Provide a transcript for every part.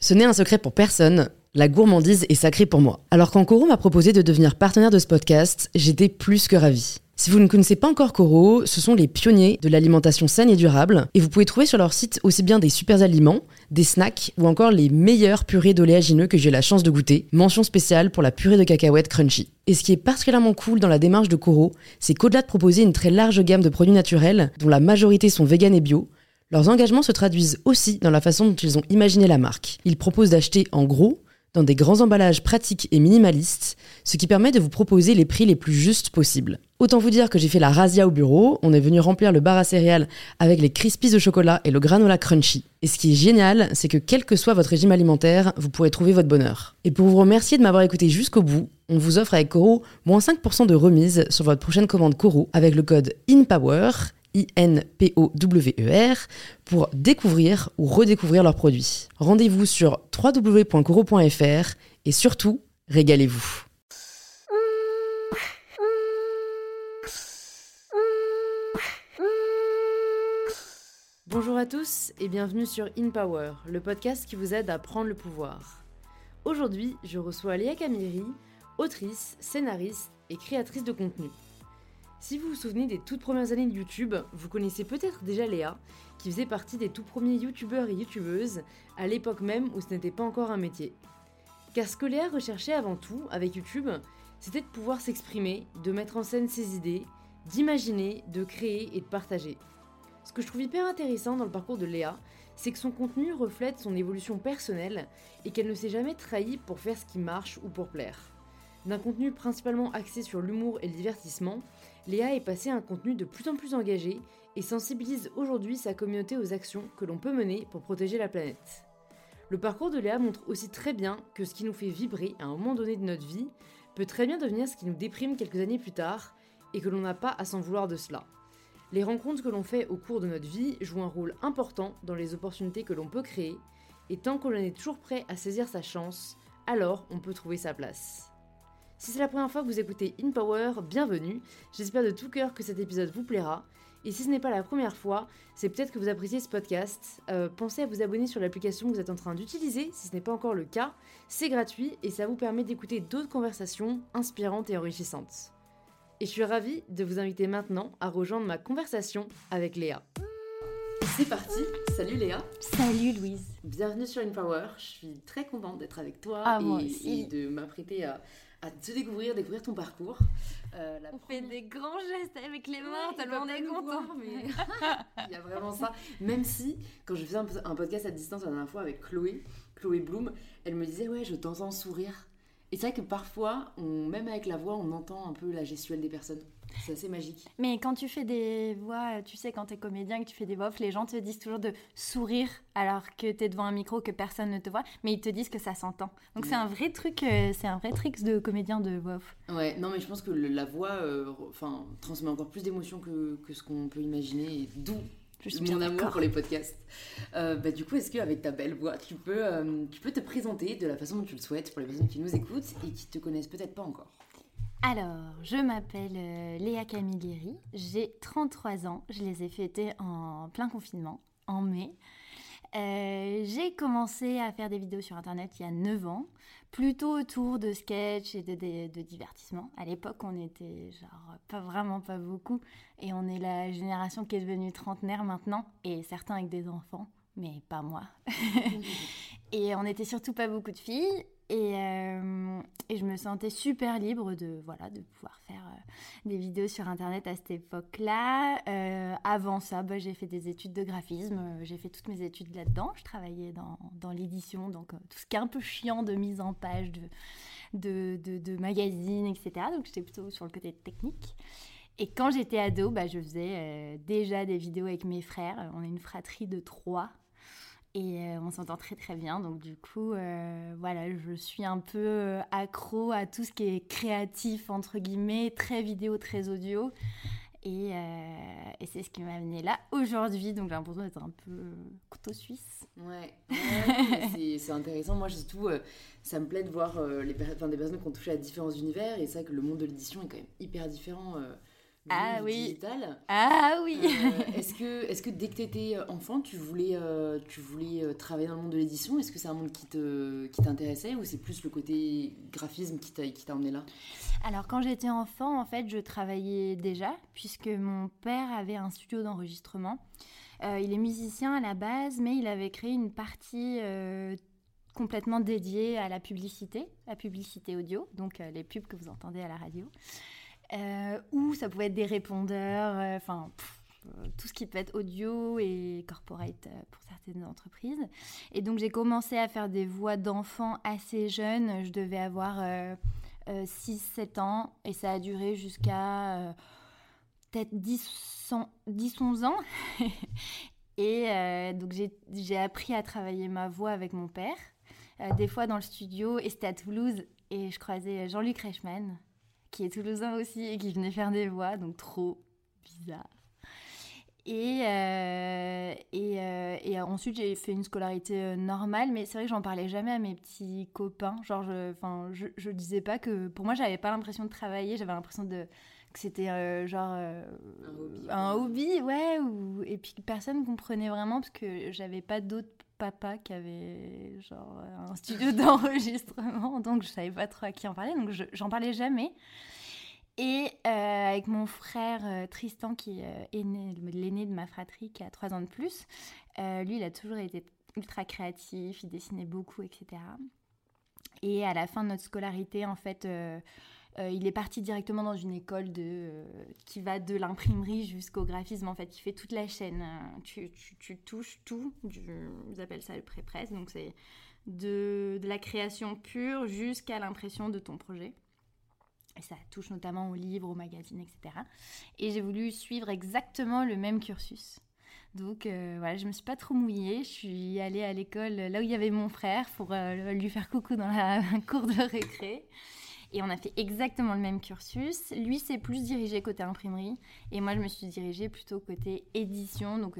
Ce n'est un secret pour personne, la gourmandise est sacrée pour moi. Alors quand Koro m'a proposé de devenir partenaire de ce podcast, j'étais plus que ravie. Si vous ne connaissez pas encore Koro, ce sont les pionniers de l'alimentation saine et durable, et vous pouvez trouver sur leur site aussi bien des super aliments, des snacks ou encore les meilleures purées d'oléagineux que j'ai eu la chance de goûter. Mention spéciale pour la purée de cacahuètes crunchy. Et ce qui est particulièrement cool dans la démarche de Koro, c'est qu'au-delà de proposer une très large gamme de produits naturels, dont la majorité sont véganes et bio, leurs engagements se traduisent aussi dans la façon dont ils ont imaginé la marque. Ils proposent d'acheter en gros, dans des grands emballages pratiques et minimalistes, ce qui permet de vous proposer les prix les plus justes possibles. Autant vous dire que j'ai fait la razzia au bureau, on est venu remplir le bar à céréales avec les Crispies au chocolat et le granola crunchy. Et ce qui est génial, c'est que quel que soit votre régime alimentaire, vous pourrez trouver votre bonheur. Et pour vous remercier de m'avoir écouté jusqu'au bout, on vous offre avec Koro moins 5% de remise sur votre prochaine commande Koro avec le code INPOWER, INPOWER, pour découvrir ou redécouvrir leurs produits. Rendez-vous sur www.koro.fr et surtout, régalez-vous. Bonjour à tous et bienvenue sur InPower, le podcast qui vous aide à prendre le pouvoir. Aujourd'hui, je reçois Léa Camilleri, autrice, scénariste et créatrice de contenu. Si vous vous souvenez des toutes premières années de YouTube, vous connaissez peut-être déjà Léa, qui faisait partie des tout premiers youtubeurs et youtubeuses, à l'époque même où ce n'était pas encore un métier. Car ce que Léa recherchait avant tout, avec YouTube, c'était de pouvoir s'exprimer, de mettre en scène ses idées, d'imaginer, de créer et de partager. Ce que je trouve hyper intéressant dans le parcours de Léa, c'est que son contenu reflète son évolution personnelle et qu'elle ne s'est jamais trahie pour faire ce qui marche ou pour plaire. D'un contenu principalement axé sur l'humour et le divertissement, Léa est passée à un contenu de plus en plus engagé et sensibilise aujourd'hui sa communauté aux actions que l'on peut mener pour protéger la planète. Le parcours de Léa montre aussi très bien que ce qui nous fait vibrer à un moment donné de notre vie peut très bien devenir ce qui nous déprime quelques années plus tard et que l'on n'a pas à s'en vouloir de cela. Les rencontres que l'on fait au cours de notre vie jouent un rôle important dans les opportunités que l'on peut créer et tant que l'on est toujours prêt à saisir sa chance, alors on peut trouver sa place. Si c'est la première fois que vous écoutez InPower, bienvenue, j'espère de tout cœur que cet épisode vous plaira, et si ce n'est pas la première fois, c'est peut-être que vous appréciez ce podcast, pensez à vous abonner sur l'application que vous êtes en train d'utiliser, si ce n'est pas encore le cas, c'est gratuit et ça vous permet d'écouter d'autres conversations inspirantes et enrichissantes. Et je suis ravie de vous inviter maintenant à rejoindre ma conversation avec Léa. C'est parti, salut Léa. Salut Louise. Bienvenue sur InPower, je suis très contente d'être avec toi et de m'apprêter à te découvrir ton parcours. On fait des grands gestes avec les mains, tellement on est content. Mais il y a vraiment ça. Même si, quand je faisais un podcast à distance la dernière fois avec Chloé Bloom, elle me disait « Ouais, je t'entends sourire ». Et c'est vrai que parfois, même avec la voix, on entend un peu la gestuelle des personnes. C'est assez magique. Mais quand tu fais des voix, tu sais, quand t'es comédien, que tu fais des voix off, les gens te disent toujours de sourire alors que t'es devant un micro, que personne ne te voit, mais ils te disent que ça s'entend. Donc c'est un vrai truc de comédien de voix off. Ouais, non mais je pense que la voix transmet encore plus d'émotions que ce qu'on peut imaginer, et d'où mon amour pour les podcasts. Du coup, est-ce qu'avec ta belle voix, tu peux te présenter de la façon dont tu le souhaites pour les personnes qui nous écoutent et qui te connaissent peut-être pas encore? Alors, je m'appelle Léa Camilleri, j'ai 33 ans, je les ai fêtés en plein confinement, en mai. J'ai commencé à faire des vidéos sur internet il y a 9 ans, plutôt autour de sketch et de divertissement. À l'époque, on était pas beaucoup, et on est la génération qui est devenue trentenaire maintenant, et certains avec des enfants, mais pas moi. Et on était surtout pas beaucoup de filles. Et je me sentais super libre de pouvoir faire des vidéos sur internet à cette époque-là. Avant ça, j'ai fait des études de graphisme, j'ai fait toutes mes études là-dedans. Je travaillais dans l'édition, donc tout ce qui est un peu chiant de mise en page de magazines, etc. Donc j'étais plutôt sur le côté technique. Et quand j'étais ado, je faisais déjà des vidéos avec mes frères. On est une fratrie de 3. Et on s'entend très très bien, donc du coup, je suis un peu accro à tout ce qui est créatif, entre guillemets, très vidéo, très audio. Et c'est ce qui m'a amenée là aujourd'hui, donc j'ai l'impression d'être un peu couteau suisse. Ouais, c'est intéressant. Moi, surtout, ça me plaît de voir des personnes qui ont touché à différents univers. Et c'est vrai que le monde de l'édition est quand même hyper différent du digital. Ah oui. Est-ce que dès que tu étais enfant, tu voulais travailler dans le monde de l'édition? Est-ce que c'est un monde qui t'intéressait ou c'est plus le côté graphisme qui t'a emmené là? Alors quand j'étais enfant, en fait, je travaillais déjà puisque mon père avait un studio d'enregistrement. Il est musicien à la base, mais il avait créé une partie complètement dédiée à la publicité audio, donc les pubs que vous entendez à la radio. Ou ça pouvait être des répondeurs, tout ce qui peut être audio et corporate pour certaines entreprises. Et donc j'ai commencé à faire des voix d'enfants assez jeunes. Je devais avoir 6-7 ans et ça a duré jusqu'à peut-être 10-11 ans. Et donc j'ai appris à travailler ma voix avec mon père, des fois dans le studio, et c'était à Toulouse. Et je croisais Jean-Luc Reichmann, qui est toulousain aussi et qui venait faire des voix, donc trop bizarre. Et ensuite, j'ai fait une scolarité normale, mais c'est vrai que j'en parlais jamais à mes petits copains. Genre, je disais pas que... Pour moi, j'avais pas l'impression de travailler, j'avais l'impression que c'était un hobby, ouais. Et puis personne comprenait vraiment parce que j'avais pas d'autres papas qui avaient genre un studio d'enregistrement, donc je savais pas trop à qui en parler, donc j'en parlais jamais. Et avec mon frère Tristan, qui est l'aîné de ma fratrie, qui a 3 ans de plus, lui, il a toujours été ultra créatif, il dessinait beaucoup, etc. Et à la fin de notre scolarité, en fait, il est parti directement dans une école qui va de l'imprimerie jusqu'au graphisme, en fait, qui fait toute la chaîne. Tu touches tout, ils appellent ça le pré-presse, donc c'est de la création pure jusqu'à l'impression de ton projet. Et ça touche notamment aux livres, aux magazines, etc. Et j'ai voulu suivre exactement le même cursus. Donc voilà, je me suis pas trop mouillée. Je suis allée à l'école là où il y avait mon frère pour lui faire coucou dans la cour de récré. Et on a fait exactement le même cursus. Lui, c'est plus dirigé côté imprimerie. Et moi, je me suis dirigée plutôt côté édition. Donc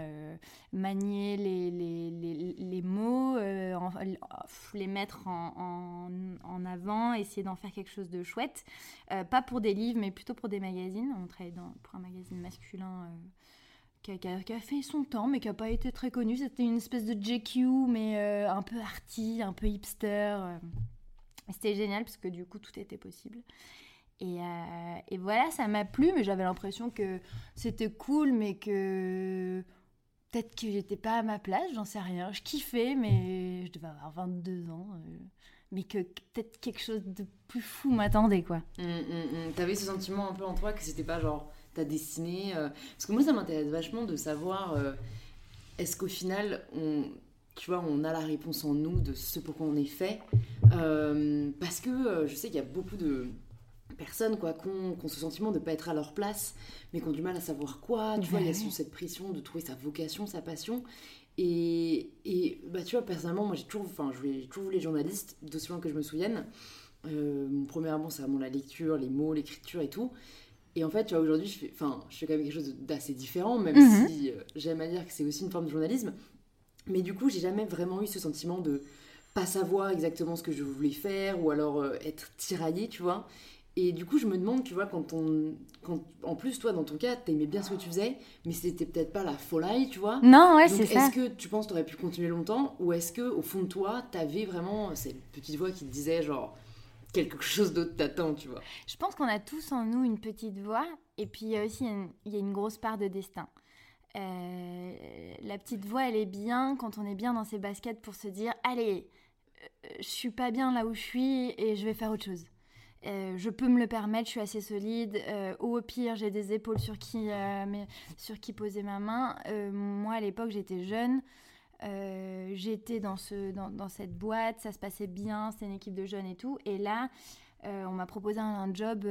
manier les mots, les mettre en avant, essayer d'en faire quelque chose de chouette. Pas pour des livres, mais plutôt pour des magazines. On travaille pour un magazine masculin qui a fait son temps, mais qui n'a pas été très connu. C'était une espèce de JQ, mais un peu arty, un peu hipster. C'était génial parce que du coup, tout était possible. Et voilà, ça m'a plu, mais j'avais l'impression que c'était cool, mais que peut-être que j'étais pas à ma place, j'en sais rien. Je kiffais, mais je devais avoir 22 ans. Mais que peut-être quelque chose de plus fou m'attendait, quoi. T'avais ce sentiment un peu en toi que c'était pas genre ta destinée parce que moi, ça m'intéresse vachement de savoir est-ce qu'au final, on a la réponse en nous de ce pour quoi on est fait. Parce que je sais qu'il y a beaucoup de personnes qui ont ce sentiment de ne pas être à leur place, mais qui ont du mal à savoir quoi. Tu vois, il y a cette pression de trouver sa vocation, sa passion. Et tu vois, personnellement, moi j'ai toujours voulu être journaliste, d'aussi loin que je me souvienne. Mon premier amour, c'est vraiment la lecture, les mots, l'écriture et tout. Et en fait, tu vois, aujourd'hui, je fais quand même quelque chose d'assez différent, même si j'aime à dire que c'est aussi une forme de journalisme. Mais du coup, j'ai jamais vraiment eu ce sentiment de pas savoir exactement ce que je voulais faire ou alors être tiraillée, tu vois. Et du coup, je me demande, tu vois, quand en plus, toi, dans ton cas, t'aimais bien ce que tu faisais, mais c'était peut-être pas la folie, tu vois. Non, ouais, donc, c'est ça. est-ce que tu penses que t'aurais pu continuer longtemps ou est-ce que au fond de toi, t'avais vraiment cette petite voix qui te disait genre quelque chose d'autre t'attend, tu vois. Je pense qu'on a tous en nous une petite voix, et puis il y a aussi une grosse part de destin. La petite voix, elle est bien quand on est bien dans ses baskets pour se dire allez, je suis pas bien là où je suis et je vais faire autre chose. Je peux me le permettre, je suis assez solide. Au pire, j'ai des épaules sur qui poser ma main. Moi, à l'époque, j'étais jeune. J'étais dans cette boîte, ça se passait bien, c'était une équipe de jeunes et tout. Et là, on m'a proposé un job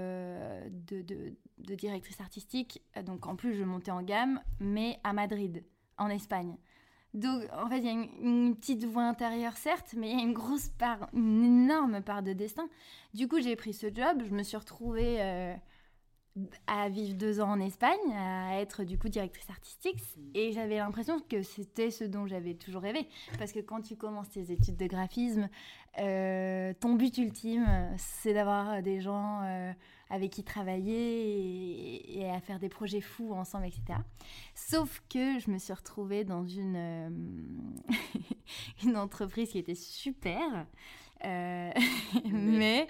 de directrice artistique. Donc, en plus, je montais en gamme, mais à Madrid, en Espagne. Donc, en fait, il y a une petite voix intérieure, certes, mais il y a une énorme part de destin. Du coup, j'ai pris ce job, je me suis retrouvée à vivre 2 ans en Espagne, à être du coup directrice artistique. Et j'avais l'impression que c'était ce dont j'avais toujours rêvé. Parce que quand tu commences tes études de graphisme, ton but ultime, c'est d'avoir des gens avec qui travailler et à faire des projets fous ensemble, etc. Sauf que je me suis retrouvée dans une entreprise qui était super. Mais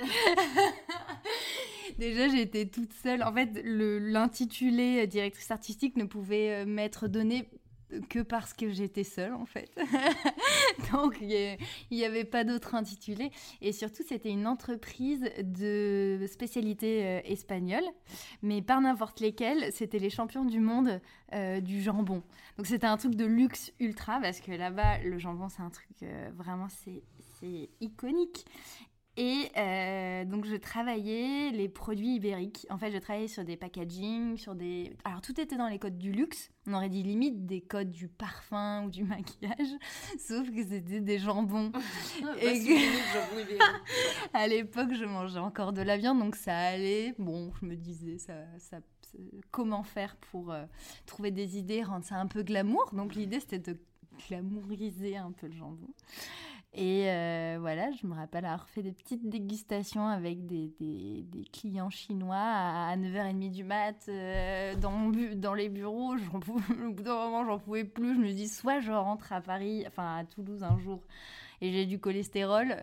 déjà j'étais toute seule. En fait, l'intitulé directrice artistique ne pouvait m'être donné que parce que j'étais seule, en fait. Donc il n'y avait pas d'autre intitulé. Et surtout, c'était une entreprise de spécialité espagnole, mais pas n'importe lesquelles. C'était les champions du monde du jambon. Donc c'était un truc de luxe ultra, parce que là-bas, le jambon, c'est un truc vraiment, c'est iconique. Et donc, je travaillais les produits ibériques. En fait, je travaillais sur des packaging, Alors, tout était dans les codes du luxe. On aurait dit limite des codes du parfum ou du maquillage. Sauf que c'était des jambons. À l'époque, je mangeais encore de la viande, donc ça allait. Bon, je me disais, comment faire pour trouver des idées, rendre ça un peu glamour. Donc, l'idée, c'était de glamouriser un peu le jambon. Et voilà, je me rappelle avoir fait des petites dégustations avec des clients chinois à 9h30 du mat dans les bureaux. Au bout d'un moment, j'en pouvais plus. Je me dis, soit je rentre à Paris, enfin à Toulouse un jour, et j'ai du cholestérol,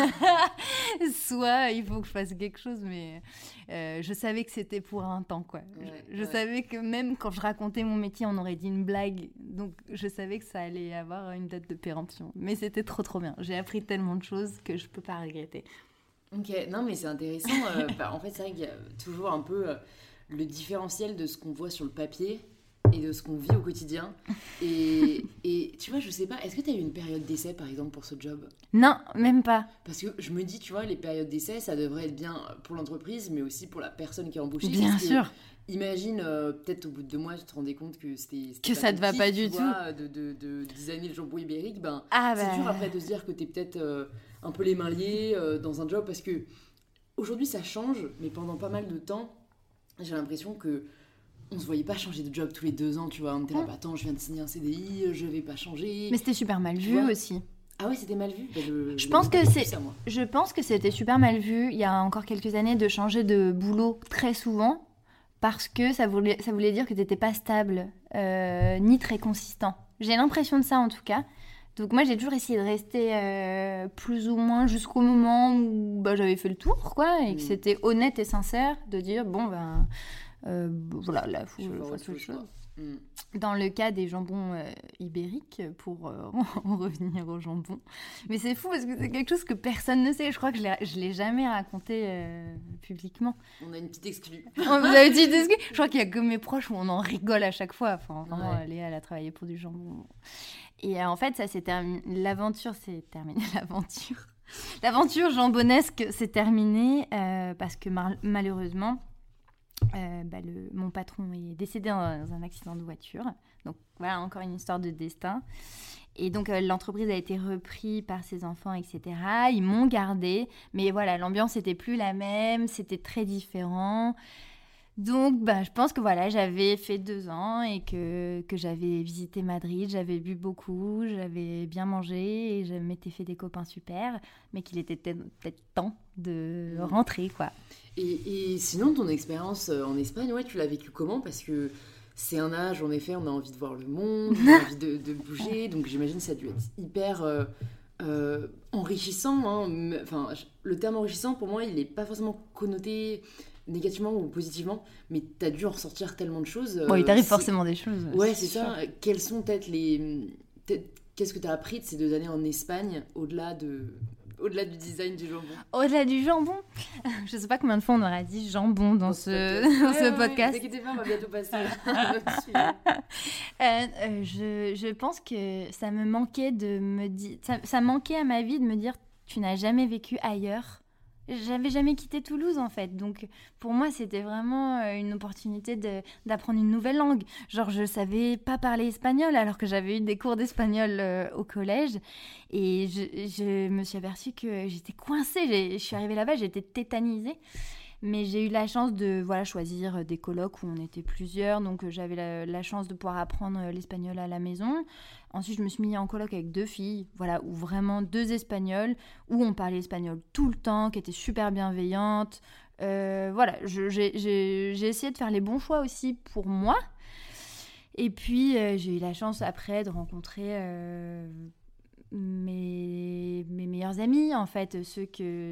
soit il faut que je fasse quelque chose. Mais je savais que c'était pour un temps, quoi. Je savais que même quand je racontais mon métier, on aurait dit une blague. Donc, je savais que ça allait avoir une date de péremption. Mais c'était trop, trop bien. J'ai appris tellement de choses que je peux pas regretter. Ok, non, mais c'est intéressant. En fait, c'est vrai qu'il y a toujours un peu le différentiel de ce qu'on voit sur le papier et de ce qu'on vit au quotidien. Et tu vois, je sais pas, est-ce que tu as eu une période d'essai, par exemple, pour ce job ? Non, même pas. Parce que je me dis, tu vois, les périodes d'essai, ça devrait être bien pour l'entreprise, mais aussi pour la personne qui est embauchée. Bien sûr. Imagine, peut-être au bout de 2 mois, tu te rendais compte que c'était que ça te va pas du tout. De designer le jambon ibérique, c'est dur après de se dire que t'es peut-être un peu les mains liées dans un job, parce que aujourd'hui ça change, mais pendant pas mal de temps, j'ai l'impression que on se voyait pas changer de job tous les 2 ans, tu vois. On était là, attends, je viens de signer un CDI, je vais pas changer. Mais c'était super mal vu aussi. Ah ouais, c'était mal vu. Je pense que c'était super mal vu il y a encore quelques années de changer de boulot très souvent, parce que ça voulait dire que t'étais pas stable, ni très consistant. J'ai l'impression de ça en tout cas. Donc moi j'ai toujours essayé de rester plus ou moins jusqu'au moment où j'avais fait le tour, quoi, et que c'était honnête et sincère de dire voilà, là faut autre chose. Dans le cas des jambons ibériques, pour en revenir aux jambons. Mais c'est fou parce que c'est quelque chose que personne ne sait. Je crois que je l'ai jamais raconté publiquement. On a une petite exclue. Vous avez une petite exclue ? Je crois qu'il y a que mes proches où on en rigole à chaque fois. Enfin, vraiment, Léa, elle a travaillé pour du jambon. Et en fait, ça s'est terminé. L'aventure s'est terminée. L'aventure jambonesque s'est terminée parce que malheureusement, mon patron est décédé dans un accident de voiture. Donc voilà, encore une histoire de destin. Et donc l'entreprise a été reprise par ses enfants, etc. Ils m'ont gardée, mais voilà, l'ambiance n'était plus la même, c'était très différent. Donc je pense que voilà, j'avais fait 2 ans et que j'avais visité Madrid, j'avais bu beaucoup, j'avais bien mangé et je m'étais fait des copains super, mais qu'il était peut-être temps de rentrer, quoi. Et sinon, ton expérience en Espagne, tu l'as vécu comment ? Parce que c'est un âge, en effet, on a envie de voir le monde, on a envie de bouger, donc j'imagine que ça a dû être hyper enrichissant. Hein. Enfin, le terme enrichissant, pour moi, il n'est pas forcément connoté négativement ou positivement, mais tu as dû en ressortir tellement de choses. Il t'arrive forcément des choses. Ouais, c'est ça. Quelles sont peut-être qu'est-ce que tu as appris de ces 2 années en Espagne, au-delà du design du jambon ? Au-delà du jambon, je sais pas combien de fois on aura dit jambon dans ce podcast. Ne t'inquiétez pas, on va bientôt passer. Je pense que ça me manquait de me dire, ça manquait à ma vie de me dire, tu n'as jamais vécu ailleurs. J'avais jamais quitté Toulouse en fait, donc pour moi c'était vraiment une opportunité d'apprendre une nouvelle langue. Genre je savais pas parler espagnol alors que j'avais eu des cours d'espagnol au collège, et je me suis aperçue que j'étais coincée. Je suis arrivée là-bas, j'étais tétanisée. Mais j'ai eu la chance de choisir des colocs où on était plusieurs, donc j'avais la chance de pouvoir apprendre l'espagnol à la maison. Ensuite, je me suis mis en coloc avec 2 filles, où vraiment 2 Espagnols, où on parlait espagnol tout le temps, qui étaient super bienveillantes. J'ai essayé de faire les bons choix aussi pour moi. Et puis, j'ai eu la chance après de rencontrer mes meilleurs amis, en fait, ceux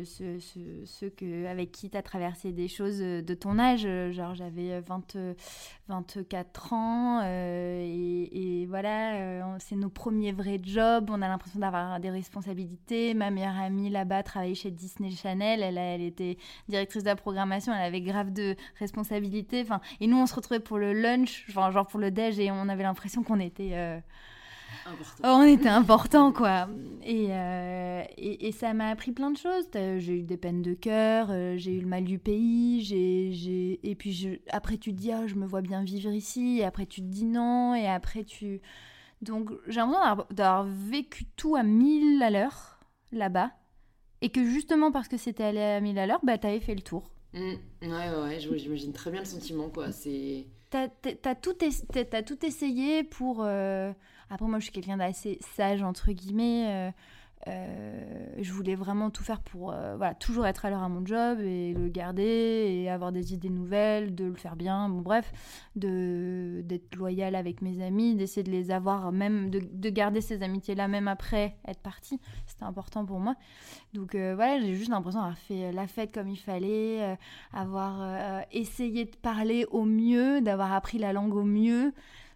avec qui tu as traversé des choses de ton âge. Genre, j'avais 24 ans et voilà, c'est nos premiers vrais jobs. On a l'impression d'avoir des responsabilités. Ma meilleure amie là-bas travaillait chez Disney Channel. Elle était directrice de la programmation. Elle avait grave de responsabilités. Et nous, on se retrouvait pour le lunch, genre pour le déj, et on avait l'impression qu'on était... on était important, quoi. Et ça m'a appris plein de choses. J'ai eu des peines de cœur, j'ai eu le mal du pays, et puis après tu te dis je me vois bien vivre ici, et après tu te dis non, et après tu... Donc j'ai l'impression d'avoir vécu tout à 1000 à l'heure là-bas, et que justement parce que c'était allé à 1000 à l'heure, t'avais fait le tour. Ouais, j'imagine très bien le sentiment, quoi. C'est... T'as tout essayé pour... Après, moi, je suis quelqu'un d'assez sage, entre guillemets. Je voulais vraiment tout faire pour toujours être à l'heure à mon job et le garder et avoir des idées nouvelles, de le faire bien. Bon, bref, d'être loyale avec mes amis, d'essayer de les avoir, même de garder ces amitiés-là, même après être partie. C'était important pour moi. Donc j'ai juste l'impression d'avoir fait la fête comme il fallait, avoir essayé de parler au mieux, d'avoir appris la langue au mieux.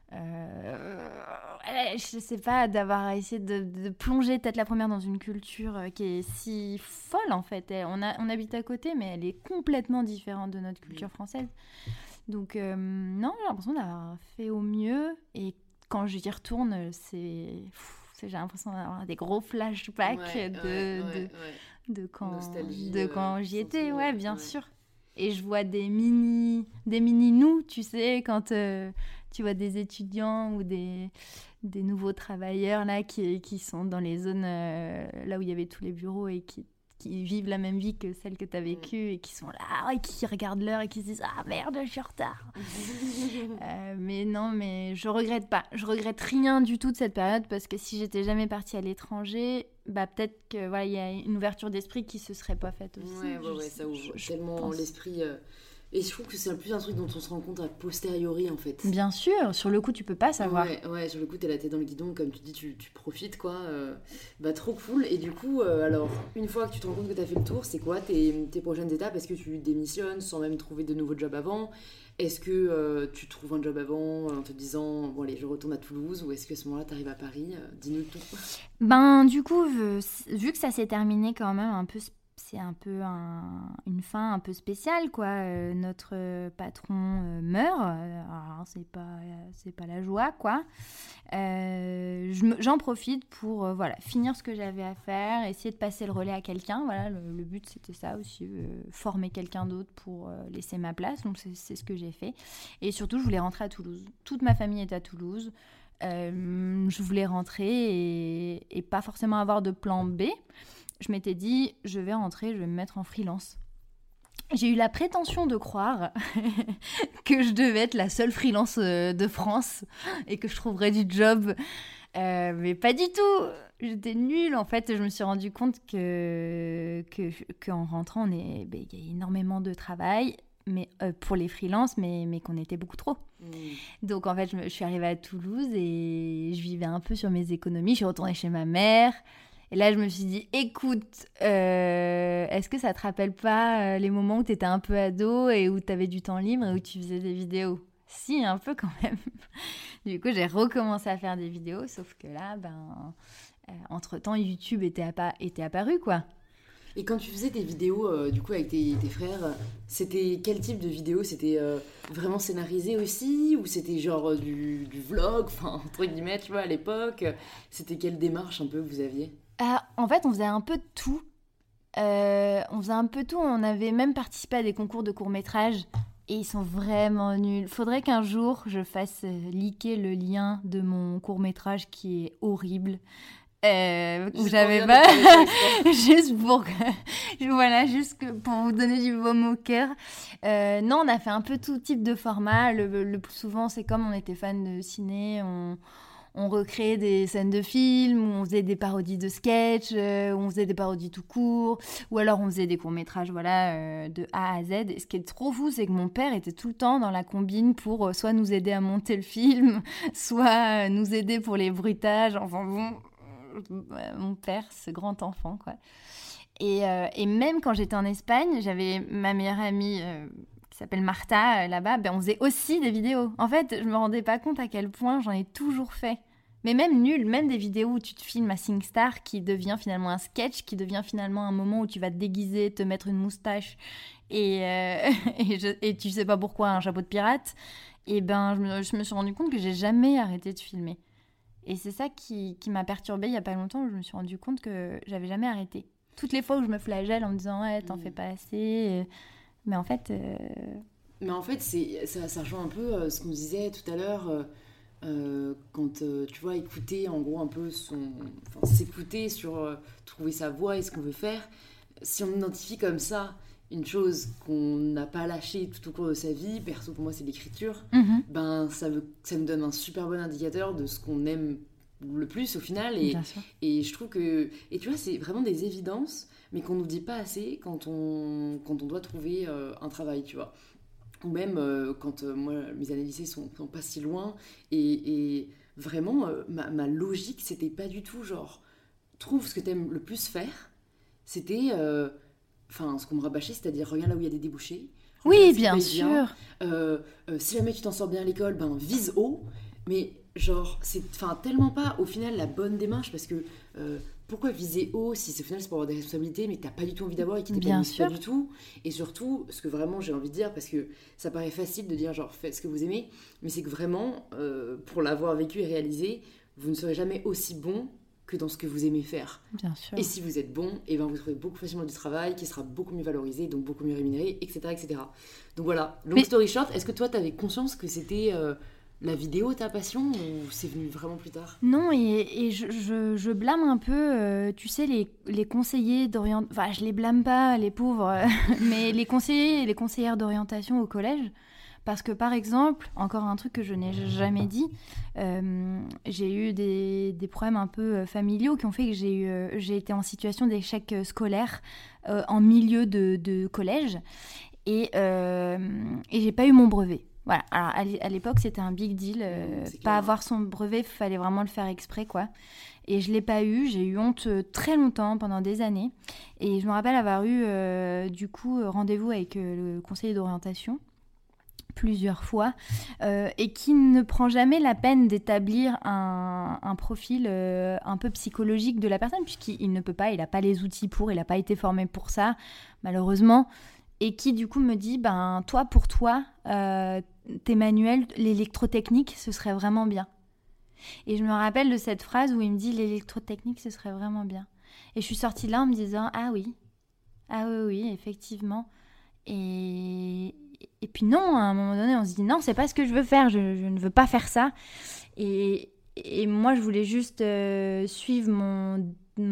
Je sais pas, d'avoir essayé de plonger peut-être la première dans une culture qui est si folle, en fait. On habite à côté, mais elle est complètement différente de notre culture française. Donc non, j'ai l'impression d'avoir fait au mieux, et quand j'y retourne, j'ai l'impression d'avoir des gros flashbacks de quand j'y étais, bien sûr. Et je vois des mini nous, tu sais, quand tu vois des étudiants ou des nouveaux travailleurs là qui sont dans les zones là où il y avait tous les bureaux et qui vivent la même vie que celle que tu as vécue, et qui sont là et qui regardent l'heure et qui se disent merde, je suis en retard. Mais je regrette pas. Je regrette rien du tout de cette période, parce que si j'étais jamais partie à l'étranger, peut-être que il y a une ouverture d'esprit qui se serait pas faite aussi. Ça ouvre tellement l'esprit. Et je trouve que c'est plus un truc dont on se rend compte a posteriori, en fait. Bien sûr, sur le coup, tu peux pas savoir. Ouais, sur le coup, t'es la tête dans le guidon, comme tu dis, tu profites, quoi. Trop cool. Et du coup, alors, une fois que tu te rends compte que t'as fait le tour, c'est quoi tes prochaines étapes ? Est-ce que tu démissionnes sans même trouver de nouveaux jobs avant ? Est-ce que tu trouves un job avant en te disant, bon allez, je retourne à Toulouse ? Ou est-ce qu'à ce moment-là, t'arrives à Paris ? Dis-nous tout. Du coup, vu que ça s'est terminé quand même un peu... C'est un peu une fin un peu spéciale, quoi. Notre patron meurt. Alors, c'est pas la joie, quoi. J'en profite pour finir ce que j'avais à faire, essayer de passer le relais à quelqu'un. Voilà, le but, c'était ça aussi, former quelqu'un d'autre pour laisser ma place. Donc, c'est ce que j'ai fait. Et surtout, je voulais rentrer à Toulouse. Toute ma famille est à Toulouse. Je voulais rentrer et pas forcément avoir de plan B. Je m'étais dit, je vais rentrer, je vais me mettre en freelance. J'ai eu la prétention de croire que je devais être la seule freelance de France et que je trouverais du job. Mais pas du tout. J'étais nulle. En fait, je me suis rendu compte qu'en rentrant, il y a énormément de travail, mais pour les freelances, mais qu'on était beaucoup trop. Donc, en fait, je suis arrivée à Toulouse et je vivais un peu sur mes économies. Je suis retournée chez ma mère. Et là, je me suis dit, écoute, est-ce que ça te rappelle pas les moments où tu étais un peu ado et où tu avais du temps libre et où tu faisais des vidéos ? Si, un peu quand même. Du coup, j'ai recommencé à faire des vidéos, sauf que là, entre-temps, YouTube était apparu, quoi. Et quand tu faisais des vidéos, du coup, avec tes frères, c'était quel type de vidéo ? C'était vraiment scénarisé aussi ? Ou c'était genre du vlog, entre guillemets, tu vois, à l'époque ? C'était quelle démarche un peu que vous aviez ? En fait, on faisait un peu de tout. On avait même participé à des concours de courts-métrages. Et ils sont vraiment nuls. Faudrait qu'un jour, je fasse leaker le lien de mon court-métrage qui est horrible. où j'avais pas juste pour pour vous donner du baume au cœur. Non, on a fait un peu tout type de format. Le plus souvent, c'est comme on était fan de ciné, on recréait des scènes de films, où on faisait des parodies de sketchs, où on faisait des parodies tout court, ou alors on faisait des courts-métrages de A à Z. Et ce qui est trop fou, c'est que mon père était tout le temps dans la combine pour soit nous aider à monter le film, soit nous aider pour les bruitages. Enfin bon, mon père, ce grand enfant, quoi. Et même quand j'étais en Espagne, j'avais ma meilleure amie qui s'appelle Martha là-bas, on faisait aussi des vidéos. En fait, je me rendais pas compte à quel point j'en ai toujours fait. Mais même nul, même des vidéos où tu te filmes à SingStar qui devient finalement un sketch, qui devient finalement un moment où tu vas te déguiser, te mettre une moustache et tu sais pas pourquoi un chapeau de pirate. Et je me suis rendu compte que j'ai jamais arrêté de filmer. Et c'est ça qui m'a perturbée il y a pas longtemps, où je me suis rendu compte que j'avais jamais arrêté. Toutes les fois où je me flagelle en me disant ouais, t'en fais pas assez, mais en fait ça rejoint un peu ce qu'on disait tout à l'heure quand tu vois écouter en gros un peu s'écouter sur trouver sa voix et ce qu'on veut faire. Si on identifie comme ça une chose qu'on n'a pas lâchée tout au cours de sa vie, perso pour moi c'est l'écriture, ça nous donne un super bon indicateur de ce qu'on aime le plus au final, et je trouve que, et tu vois, c'est vraiment des évidences mais qu'on nous dit pas assez quand on doit trouver un travail, tu vois, ou même quand moi mes années lycée sont pas si loin, et vraiment ma logique c'était pas du tout genre trouve ce que t'aimes le plus faire, c'était ce qu'on me rabâchait, c'est-à-dire regarde là où il y a des débouchés. Oui, bien sûr. Si jamais tu t'en sors bien à l'école, vise haut. Mais genre, c'est tellement pas au final la bonne démarche, parce que pourquoi viser haut si au final c'est pour avoir des responsabilités mais que t'as pas du tout envie d'avoir et qui t'épanouissent pas du tout. Et surtout, ce que vraiment j'ai envie de dire, parce que ça paraît facile de dire genre faites ce que vous aimez, mais c'est que vraiment, pour l'avoir vécu et réalisé, vous ne serez jamais aussi bon que dans ce que vous aimez faire. Bien sûr. Et si vous êtes bon, vous trouvez beaucoup facilement du travail qui sera beaucoup mieux valorisé, donc beaucoup mieux rémunéré, etc. etc. Donc voilà, long story short, est-ce que toi t'avais conscience que c'était la vidéo ta passion, ou c'est venu vraiment plus tard ? Non, et je blâme un peu, tu sais, les conseillers d'orientation, enfin je les blâme pas, les pauvres, mais les conseillers et les conseillères d'orientation au collège. Parce que, par exemple, encore un truc que je n'ai jamais dit, j'ai eu des problèmes un peu familiaux qui ont fait que j'ai été en situation d'échec scolaire en milieu de collège, et j'ai pas eu mon brevet. Voilà. Alors, à l'époque, c'était un big deal. Pas avoir son brevet, il fallait vraiment le faire exprès, quoi. Et je l'ai pas eu. J'ai eu honte très longtemps, pendant des années. Et je me rappelle avoir eu, rendez-vous avec le conseiller d'orientation plusieurs fois, et qui ne prend jamais la peine d'établir un profil un peu psychologique de la personne, puisqu'il ne peut pas, il n'a pas les outils il n'a pas été formé pour ça, malheureusement, et qui du coup me dit, pour toi, tes manuels, l'électrotechnique, ce serait vraiment bien. Et je me rappelle de cette phrase où il me dit, l'électrotechnique, ce serait vraiment bien. Et je suis sortie là en me disant, ah oui, effectivement. Et puis non, à un moment donné, on se dit non, c'est pas ce que je veux faire, je ne veux pas faire ça. Et moi, je voulais juste suivre mon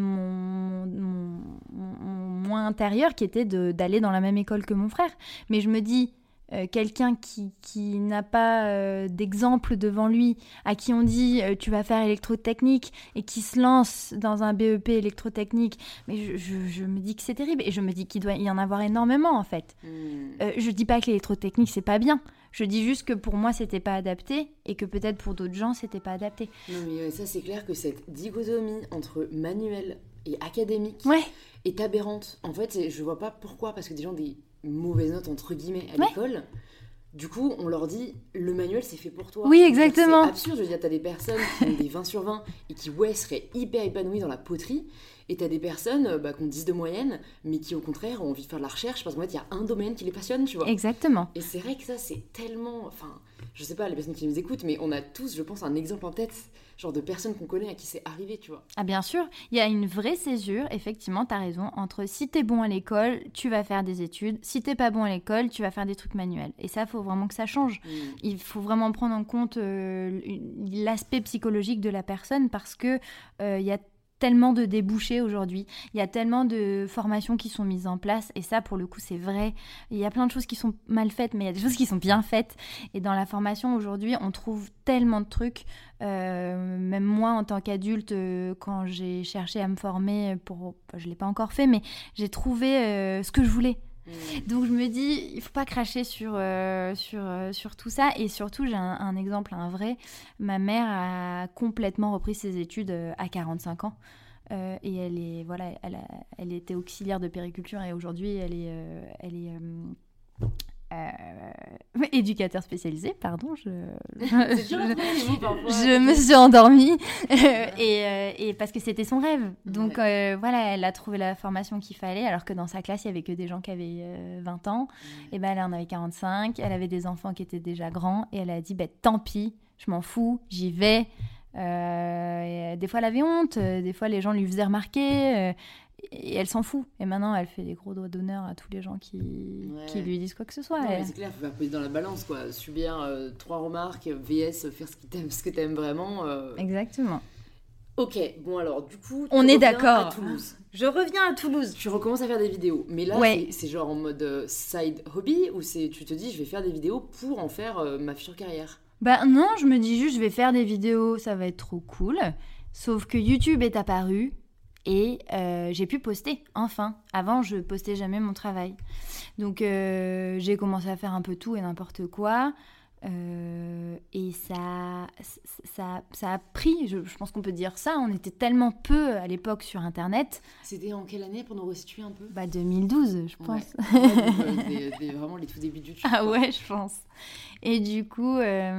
moi intérieur, qui était d'aller dans la même école que mon frère. Mais je me dis, quelqu'un qui n'a pas d'exemple devant lui, à qui on dit tu vas faire électrotechnique, et qui se lance dans un BEP électrotechnique, mais je me dis que c'est terrible, et je me dis qu'il doit y en avoir énormément en fait. Je dis pas que l'électrotechnique c'est pas bien, je dis juste que pour moi c'était pas adapté, et que peut-être pour d'autres gens c'était pas adapté. Non mais ça c'est clair que cette dichotomie entre manuel et académique est aberrante. En fait je vois pas pourquoi, parce que des gens des mauvaises notes entre guillemets à l'école, du coup on leur dit le manuel c'est fait pour toi. Oui, exactement. C'est absurde, je veux dire, t'as des personnes qui ont des 20 sur 20 et qui seraient hyper épanouies dans la poterie, et t'as des personnes qui ont 10 de moyenne mais qui au contraire ont envie de faire de la recherche parce qu'en fait il y a un domaine qui les passionne, tu vois. Exactement. Et c'est vrai que ça c'est tellement, je sais pas les personnes qui nous écoutent, mais on a tous, je pense, un exemple en tête, genre de personnes qu'on connaît à qui c'est arrivé, tu vois. Ah bien sûr, il y a une vraie césure, effectivement, t'as raison, entre si t'es bon à l'école, tu vas faire des études, si t'es pas bon à l'école, tu vas faire des trucs manuels. Et ça, faut vraiment que ça change. Il faut vraiment prendre en compte l'aspect psychologique de la personne, parce que il y a tellement de débouchés aujourd'hui. Il y a tellement de formations qui sont mises en place. Et ça, pour le coup, c'est vrai. Il y a plein de choses qui sont mal faites, mais il y a des choses qui sont bien faites. Et dans la formation, aujourd'hui, on trouve tellement de trucs. Même moi, en tant qu'adulte, quand j'ai cherché à me former, je ne l'ai pas encore fait, mais j'ai trouvé ce que je voulais. Donc je me dis, il faut pas cracher sur tout ça. Et surtout, j'ai un exemple, un vrai. Ma mère a complètement repris ses études à 45 ans. Et elle était auxiliaire de périculture et aujourd'hui, elle est éducateur spécialisé, pardon, je me suis endormie et parce que c'était son rêve. Donc voilà, elle a trouvé la formation qu'il fallait, alors que dans sa classe, il y avait que des gens qui avaient 20 ans. Et ben elle en avait 45, elle avait des enfants qui étaient déjà grands et elle a dit tant pis, je m'en fous, j'y vais. Des fois, elle avait honte, des fois, les gens lui faisaient remarquer. Et elle s'en fout. Et maintenant, elle fait des gros doigts d'honneur à tous les gens qui lui disent quoi que ce soit. Non, mais c'est clair, il faut faire peser dans la balance, quoi. Subir 3 remarques, vs faire ce que t'aimes vraiment. Exactement. Ok, bon alors, du coup, on est d'accord. À Toulouse. Je reviens à Toulouse. Tu recommences à faire des vidéos. Mais là, c'est genre en mode side hobby, ou tu te dis, je vais faire des vidéos pour en faire ma future carrière? Bah non, je me dis juste, je vais faire des vidéos, ça va être trop cool. Sauf que YouTube est apparu. Et j'ai pu poster, enfin. Avant, je postais jamais mon travail. Donc, j'ai commencé à faire un peu tout et n'importe quoi. Et ça a pris, je pense qu'on peut dire ça. On était tellement peu à l'époque sur Internet. C'était en quelle année, pour nous resituer un peu? 2012, je pense. Ouais, donc, vraiment les tout débuts du YouTube. Ah ouais, je pense. Et du coup,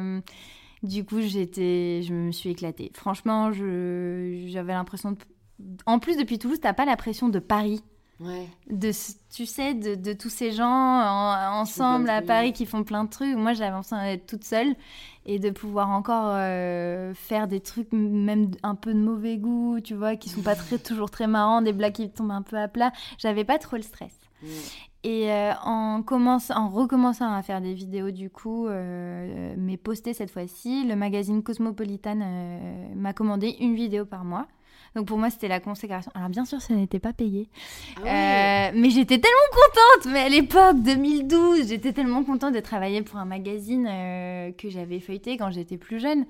je me suis éclatée. Franchement, j'avais l'impression de... En plus, depuis Toulouse, t'as pas la pression de Paris. Ouais. Tu sais, de tous ces gens ensemble à Paris qui font plein de trucs. Moi, j'avais l'impression d'être toute seule et de pouvoir encore faire des trucs, même un peu de mauvais goût, tu vois, qui sont pas toujours très marrants, des blagues qui tombent un peu à plat. J'avais pas trop le stress. Et en recommençant à faire des vidéos, du coup, mais postées cette fois-ci, le magazine Cosmopolitan m'a commandé une vidéo par mois. Donc pour moi, c'était la consécration. Alors bien sûr, ça n'était pas payé. Mais j'étais tellement contente. Mais à l'époque, 2012, j'étais tellement contente de travailler pour un magazine que j'avais feuilleté quand j'étais plus jeune.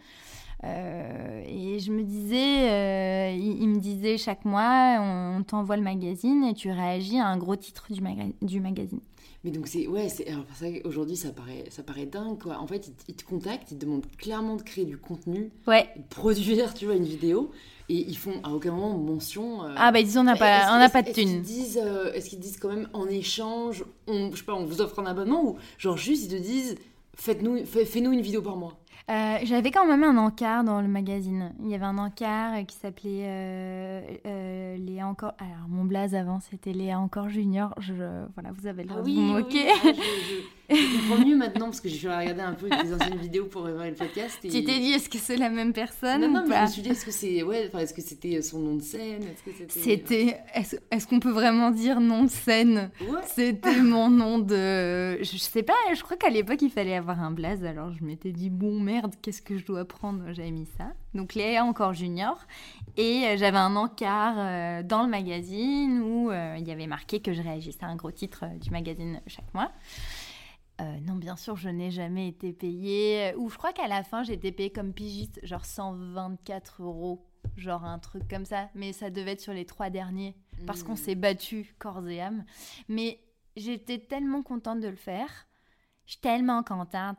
Et je me disais, il me disait chaque mois, on t'envoie le magazine et tu réagis à un gros titre du magazine. Mais donc alors pour ça aujourd'hui ça paraît dingue, quoi. En fait, ils te contactent, ils te demandent clairement de créer du contenu, de produire, tu vois, une vidéo, et ils font à aucun moment mention. Ils disent on n'a pas de thunes. Est-ce qu'ils disent quand même en échange, on vous offre un abonnement, ou genre juste ils te disent fais-nous une vidéo par mois? J'avais quand même un encart dans le magazine. Il y avait un encart qui s'appelait Léa Encore. Alors mon blaze avant c'était Léa Encore Junior. Voilà, vous avez le droit de vous moquer. Je comprends mieux maintenant parce que j'ai fait regarder un peu des anciennes vidéos pour préparer le podcast. Et... Tu t'es dit, est-ce que c'est la même personne? Non, mais je me suis dit, est-ce que c'était son nom de scène? Est-ce qu'on peut vraiment dire nom de scène? Ouais. C'était mon nom de... Je sais pas, je crois qu'à l'époque, il fallait avoir un blaze. Alors je m'étais dit, bon, merde, qu'est-ce que je dois prendre? J'avais mis ça. Donc Léa Encore Junior. Et j'avais un encart dans le magazine où il y avait marqué que je réagissais à un gros titre du magazine chaque mois. Non, bien sûr, je n'ai jamais été payée. Ou je crois qu'à la fin, j'ai été payée comme pigiste, genre 124 €, genre un truc comme ça. Mais ça devait être sur les 3 derniers, parce qu'on s'est battus corps et âme. Mais j'étais tellement contente de le faire. J'étais tellement contente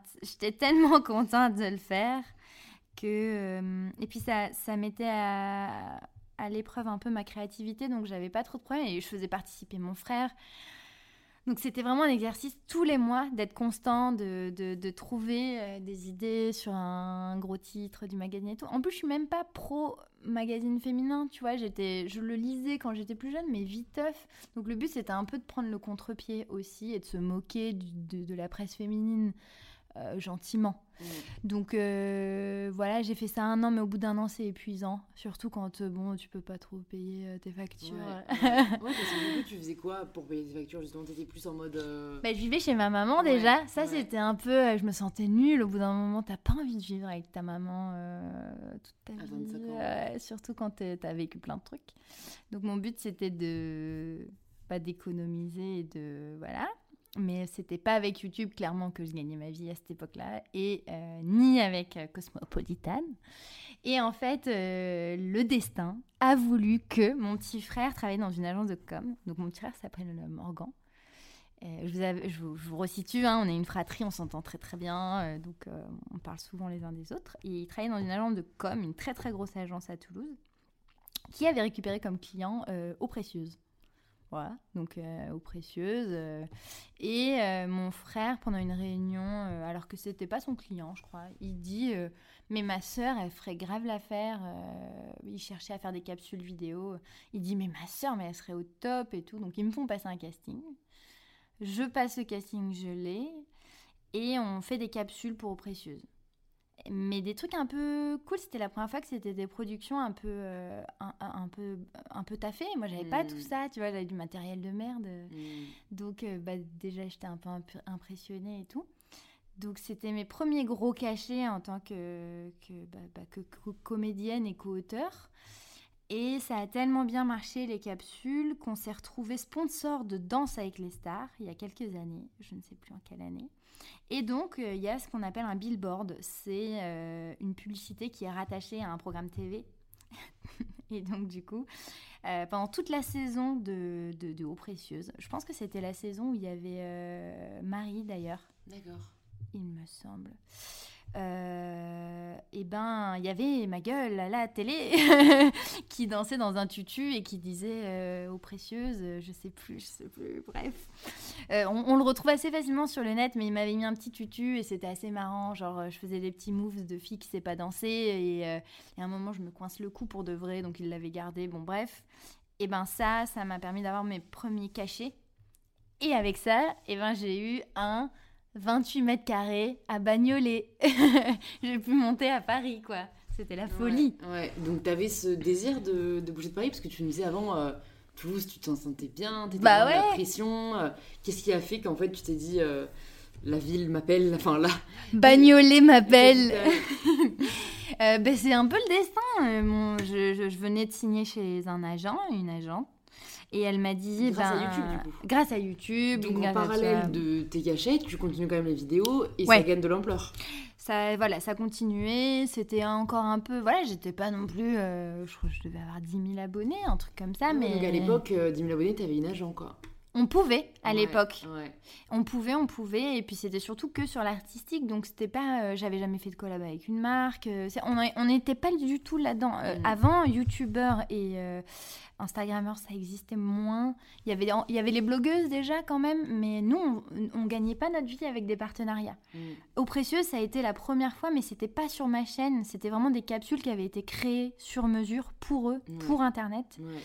de le faire que... Et puis ça mettait à l'épreuve un peu ma créativité, donc j'avais pas trop de problèmes. Et je faisais participer mon frère. Donc c'était vraiment un exercice tous les mois d'être constant, de trouver des idées sur un gros titre du magazine et tout. En plus, je suis même pas pro magazine féminin, tu vois. Je le lisais quand j'étais plus jeune, mais viteuf. Donc le but, c'était un peu de prendre le contre-pied aussi et de se moquer de la presse féminine gentiment. Donc voilà, j'ai fait ça 1 an, mais au bout d'1 an, c'est épuisant. Surtout quand tu peux pas trop payer tes factures. Ouais, parce que du coup, tu faisais quoi pour payer tes factures justement? T'étais plus en mode... Je vivais chez ma maman déjà. Ça, c'était un peu... je me sentais nulle. Au bout d'un moment, t'as pas envie de vivre avec ta maman toute ta vie. 25 ans. Surtout quand t'as vécu plein de trucs. Donc mon but, c'était de pas d'économiser et de... Voilà. Mais c'était pas avec YouTube, clairement, que je gagnais ma vie à cette époque-là, et ni avec Cosmopolitan. Et en fait, le destin a voulu que mon petit frère travaille dans une agence de com. Donc mon petit frère s'appelle Morgan. Je vous resitue, on est une fratrie, on s'entend très très bien, donc on parle souvent les uns des autres. Et il travaillait dans une agence de com, une très très grosse agence à Toulouse, qui avait récupéré comme client Eaux Précieuses. Voilà, donc aux Précieuses. Et mon frère, pendant une réunion, alors que c'était pas son client, je crois, il dit mais ma sœur, elle ferait grave l'affaire. Il cherchait à faire des capsules vidéo. Il dit mais ma sœur, mais elle serait au top et tout. Donc ils me font passer un casting. Je passe le casting, je l'ai. Et on fait des capsules pour Eaux Précieuses. Mais des trucs un peu cool, c'était la première fois que c'était des productions un peu taffées. Moi, j'avais pas tout ça, tu vois, j'avais du matériel de merde. Donc, déjà, j'étais un peu impressionnée et tout. Donc, c'était mes premiers gros cachets en tant que comédienne et co-auteur. Et ça a tellement bien marché, les capsules, qu'on s'est retrouvés sponsor de Danse avec les stars il y a quelques années. Je ne sais plus en quelle année. Et donc, il y a ce qu'on appelle un billboard. C'est une publicité qui est rattachée à un programme TV. Et donc, du coup, pendant toute la saison de Eaux Précieuses, je pense que c'était la saison où il y avait Marie, d'ailleurs. D'accord. Il me semble. Il y avait ma gueule à la télé qui dansait dans un tutu et qui disait Eaux Précieuses, je sais plus, bref. On le retrouve assez facilement sur le net, mais il m'avait mis un petit tutu et c'était assez marrant, genre je faisais des petits moves de fille qui sait pas danser et à un moment je me coince le cou pour de vrai, donc il l'avait gardé, bon bref. Et ça m'a permis d'avoir mes premiers cachets et avec ça, j'ai eu un 28 mètres carrés à Bagnolet. J'ai pu monter à Paris, quoi. C'était la folie. Ouais. Donc, t'avais ce désir de bouger de Paris, parce que tu me disais avant, Toulouse, tu t'en sentais bien, t'étais dans la pression. Qu'est-ce qui a fait qu'en fait, tu t'es dit, la ville m'appelle, enfin là... Bagnolet m'appelle. C'est un peu le destin. Je venais de signer chez une agente. Et elle m'a dit... Grâce à YouTube, du coup. Grâce à YouTube. Donc, en parallèle de tes cachets, tu continues quand même les vidéos et ça gagne de l'ampleur. Ça continuait. C'était encore un peu... Voilà, j'étais pas non plus... je crois que je devais avoir 10 000 abonnés, un truc comme ça, mais... Donc, à l'époque, 10 000 abonnés, t'avais une agent, quoi. On pouvait, à l'époque. Ouais. On pouvait. Et puis, c'était surtout que sur l'artistique. Donc, c'était pas... j'avais jamais fait de collab avec une marque. On n'était pas du tout là-dedans. Avant, YouTubeur et Instagrammeur, ça existait moins. Il y avait les blogueuses déjà, quand même. Mais nous, on gagnait pas notre vie avec des partenariats. Eaux Précieuses, ça a été la première fois, mais c'était pas sur ma chaîne. C'était vraiment des capsules qui avaient été créées sur mesure pour eux, pour Internet. Ouais.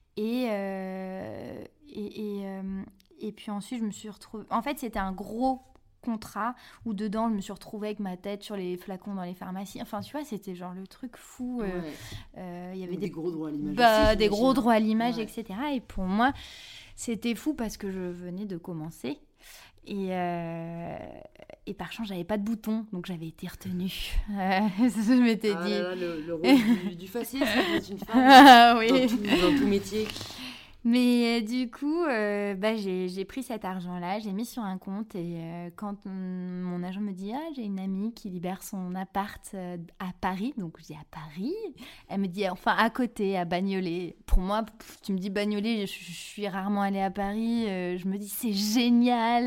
Et puis ensuite, je me suis retrouvée... En fait, c'était un gros contrat où dedans, je me suis retrouvée avec ma tête sur les flacons dans les pharmacies. Enfin, tu vois, c'était genre le truc fou. Il y avait des gros droits à l'image. Des gros droits à l'image, etc. Et pour moi, c'était fou parce que je venais de commencer. Et par chance, j'avais pas de bouton, donc j'avais été retenue. Je m'étais dit... Là, le rôle du faciès, c'est une femme oui. dans tout métier. Mais du coup, j'ai pris cet argent-là, j'ai mis sur un compte et quand mon agent me dit « Ah, j'ai une amie qui libère son appart à Paris », donc je dis « À Paris ?» Elle me dit « Enfin, à côté, à Bagnolet ». Pour moi, tu me dis Bagnolet, je suis rarement allée à Paris, je me dis « C'est génial !»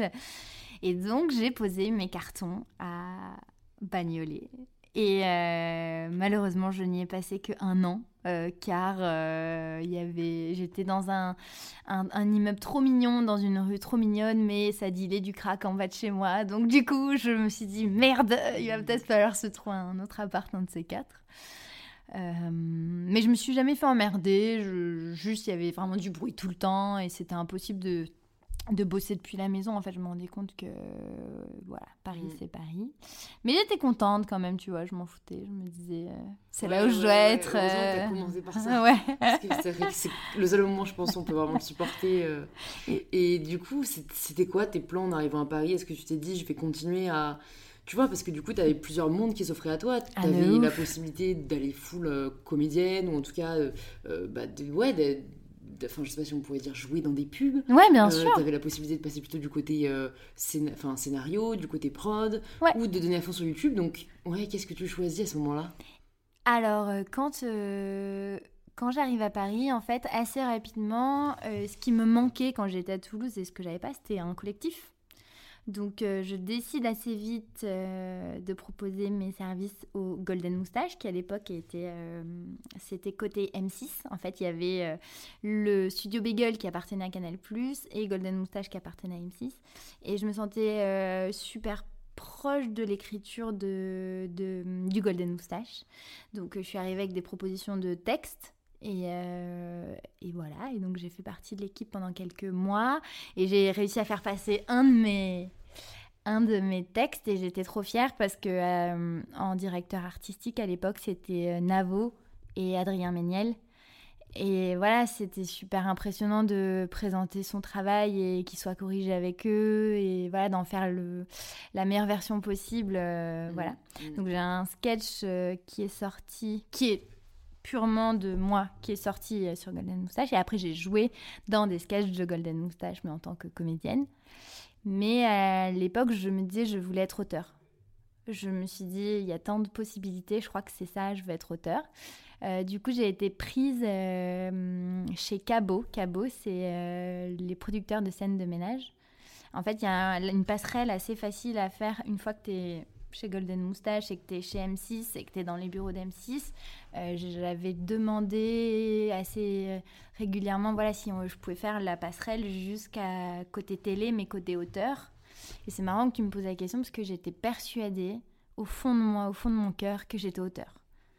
Et donc, j'ai posé mes cartons à Bagnolet. Et malheureusement, je n'y ai passé qu'1 an. Car j'étais dans un immeuble trop mignon, dans une rue trop mignonne, mais ça dealait du crack en bas de chez moi. Donc du coup, je me suis dit, merde, il va peut-être falloir se trouver un autre appart, un de ces 4. Mais je me suis jamais fait emmerder. Juste, il y avait vraiment du bruit tout le temps et c'était impossible de bosser depuis la maison. En fait, je me rendais compte que, voilà, Paris, c'est Paris. Mais j'étais contente quand même, tu vois, je m'en foutais. Je me disais, c'est là où je dois être. Heureusement que t'as commencé par ça. Ouais. Parce que c'est vrai que c'est le seul moment, je pense, où on peut vraiment le supporter. Et du coup, c'était quoi tes plans en arrivant à Paris? Est-ce que tu t'es dit, je vais continuer à... Tu vois, parce que du coup, t'avais plusieurs mondes qui s'offraient à toi. T'avais la possibilité d'aller full comédienne, ou en tout cas, enfin, je sais pas si on pourrait dire jouer dans des pubs. Ouais, bien sûr. T'avais la possibilité de passer plutôt du côté scénario, du côté prod, ou de donner à fond sur YouTube. Donc, ouais, qu'est-ce que tu choisis à ce moment-là? Alors, quand j'arrive à Paris, en fait, assez rapidement, ce qui me manquait quand j'étais à Toulouse et ce que j'avais pas, c'était un collectif. Donc, je décide assez vite de proposer mes services au Golden Moustache, qui à l'époque c'était côté M6. En fait, il y avait le studio Bagel qui appartenait à Canal+, et Golden Moustache qui appartenait à M6. Et je me sentais super proche de l'écriture du Golden Moustache. Donc, je suis arrivée avec des propositions de textes. Et voilà, et donc j'ai fait partie de l'équipe pendant quelques mois et j'ai réussi à faire passer un de mes textes et j'étais trop fière parce que en directeur artistique à l'époque c'était Navo et Adrien Méniel. Et voilà, c'était super impressionnant de présenter son travail et qu'il soit corrigé avec eux et voilà, d'en faire la meilleure version possible. Voilà. Donc j'ai un sketch qui est sorti, qui est purement de moi, qui est sorti sur Golden Moustache. Et après, j'ai joué dans des sketchs de Golden Moustache, mais en tant que comédienne. Mais à l'époque, je me disais, je voulais être auteure. Je me suis dit, il y a tant de possibilités, je crois que c'est ça, je veux être auteure. Du coup, j'ai été prise chez Cabot. Cabot, c'est les producteurs de scènes de ménage. En fait, il y a une passerelle assez facile à faire une fois que tu es chez Golden Moustache et que tu es chez M6 et que tu es dans les bureaux d'M6. J'avais demandé assez régulièrement voilà, si je pouvais faire la passerelle jusqu'à côté télé, mais côté auteur. Et c'est marrant que tu me poses la question parce que j'étais persuadée, au fond de moi, au fond de mon cœur, que j'étais auteur.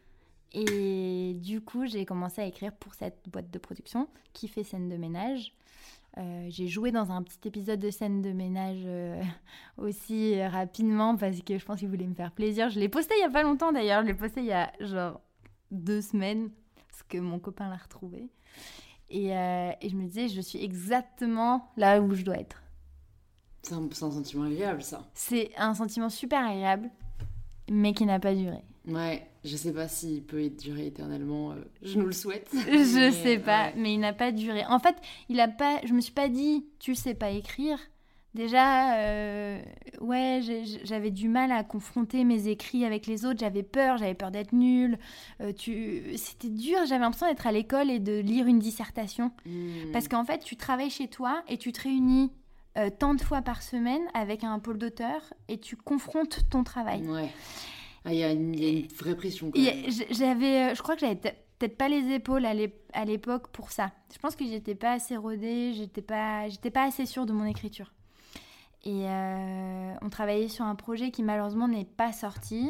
Et du coup, j'ai commencé à écrire pour cette boîte de production qui fait scène de ménage. J'ai joué dans un petit épisode de scène de ménage aussi rapidement parce que je pense qu'il voulait me faire plaisir. Je l'ai posté il y a pas longtemps d'ailleurs, je l'ai posté il y a genre 2 semaines parce que mon copain l'a retrouvé. Et je me disais, je suis exactement là où je dois être. C'est un sentiment agréable, ça. C'est un sentiment super agréable, mais qui n'a pas duré. Ouais, je sais pas s'il peut durer éternellement, je nous le souhaite. Je sais pas, mais il n'a pas duré. En fait, je me suis pas dit, tu sais pas écrire. Déjà, j'avais du mal à confronter mes écrits avec les autres, j'avais peur d'être nulle. C'était dur, j'avais l'impression d'être à l'école et de lire une dissertation. Parce qu'en fait, tu travailles chez toi et tu te réunis tant de fois par semaine avec un pôle d'auteur et tu confrontes ton travail. Ouais. Il y a une vraie pression quand même. Je crois que j'avais peut-être pas les épaules à l'époque pour ça. Je pense que j'étais pas assez rodée, j'étais pas assez sûre de mon écriture. Et on travaillait sur un projet qui malheureusement n'est pas sorti,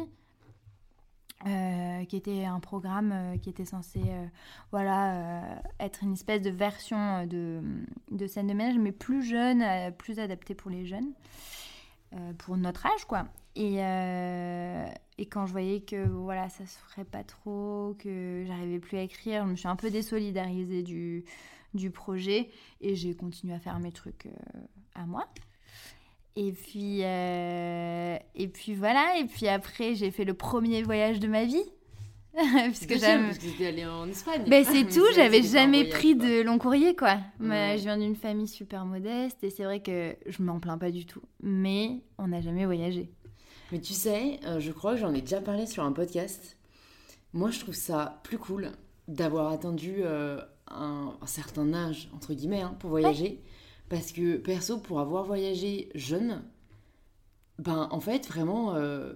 qui était un programme qui était censé être une espèce de version de scène de ménage, mais plus jeune, plus adaptée pour les jeunes, pour notre âge, quoi. Et quand je voyais que voilà, ça se ferait pas trop, que j'arrivais plus à écrire, je me suis un peu désolidarisée du projet et j'ai continué à faire mes trucs à moi. Et puis voilà, et puis après j'ai fait le premier voyage de ma vie. parce que j'étais allée en Espagne. C'est tout, j'avais jamais pris de long courrier, quoi. Ouais. Je viens d'une famille super modeste et c'est vrai que je m'en plains pas du tout. Mais on n'a jamais voyagé. Mais tu sais, je crois que j'en ai déjà parlé sur un podcast. Moi, je trouve ça plus cool d'avoir attendu un certain âge, entre guillemets, pour voyager. Ouais. Parce que, perso, pour avoir voyagé jeune, en fait, vraiment,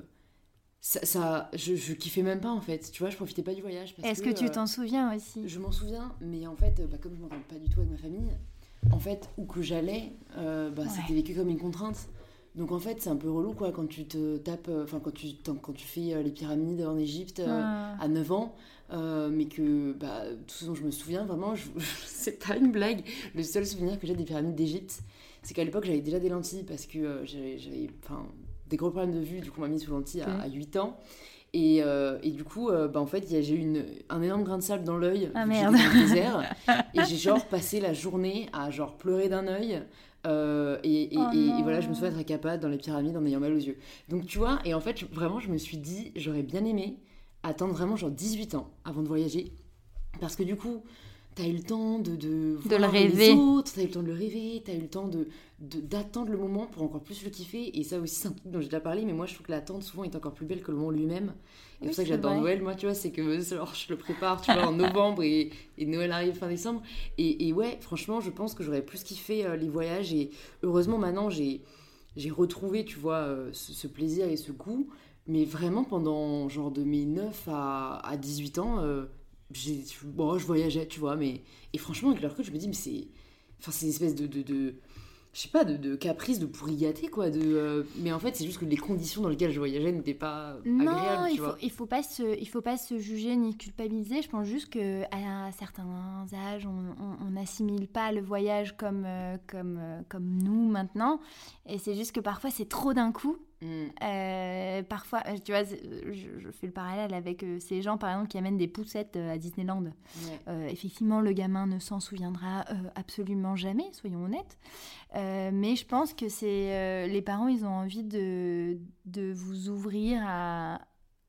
je kiffais même pas, en fait. Tu vois, je profitais pas du voyage. Est-ce que tu t'en souviens aussi ? Je m'en souviens, mais en fait, comme je m'entends pas du tout avec ma famille, en fait, où que j'allais, c'était vécu comme une contrainte. Donc en fait, c'est un peu relou quoi quand tu te tapes, quand tu fais les pyramides en Égypte à 9 ans, mais que de toute façon je me souviens vraiment, c'est pas une blague, le seul souvenir que j'ai des pyramides d'Égypte, c'est qu'à l'époque j'avais déjà des lentilles parce que j'avais des gros problèmes de vue, du coup on m'a mis sous lentilles à 8 ans. Et du coup, en fait, j'ai eu un énorme grain de sable dans l'œil, Ah vu que merde. j'étais dans le désert, et j'ai genre passé la journée à genre pleurer d'un œil. Et voilà, je me souviens être à Kappa dans les pyramides en ayant mal aux yeux. Donc tu vois, et en fait, vraiment, je me suis dit, j'aurais bien aimé attendre vraiment genre 18 ans avant de voyager. Parce que du coup, t'as eu le temps de voir le rêver. les autres, t'as eu le temps de le rêver, t'as eu le temps d'attendre le moment pour encore plus le kiffer. Et ça aussi, c'est un truc dont j'ai déjà parlé, mais moi, je trouve que l'attente, souvent, est encore plus belle que le moment lui-même. Et pour ça que j'adore Noël, moi, tu vois, c'est que genre, je le prépare, tu vois, en novembre et Noël arrive fin décembre. Et ouais, franchement, je pense que j'aurais plus kiffé les voyages. Et heureusement, maintenant, j'ai retrouvé, tu vois, ce plaisir et ce goût. Mais vraiment, pendant genre de mes 9 à 18 ans, je voyageais, tu vois. Et franchement, avec le recul, je me dis, mais c'est une espèce de je sais pas, de caprice, de pourri gâté, quoi. Mais en fait, c'est juste que les conditions dans lesquelles je voyageais n'étaient pas agréables, tu vois. Il faut pas se juger ni culpabiliser. Je pense juste qu'à certains âges, on n'assimile pas le voyage comme nous maintenant. Et c'est juste que parfois, c'est trop d'un coup. Parfois, tu vois, je fais le parallèle avec ces gens, par exemple, qui amènent des poussettes à Disneyland. Ouais. Effectivement, le gamin ne s'en souviendra absolument jamais, soyons honnêtes. Mais je pense que c'est les parents, ils ont envie de vous ouvrir à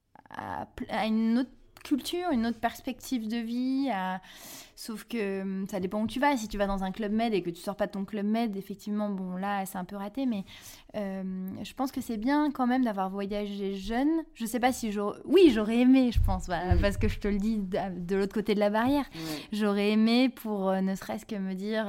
une autre culture, une autre perspective de vie. Sauf que ça dépend où tu vas. Si tu vas dans un Club Med et que tu sors pas de ton Club Med, effectivement, bon là, c'est un peu raté. Mais je pense que c'est bien quand même d'avoir voyagé jeune. Je sais pas si j'aurais aimé, je pense, parce que je te le dis de l'autre côté de la barrière. J'aurais aimé pour ne serait-ce que me dire...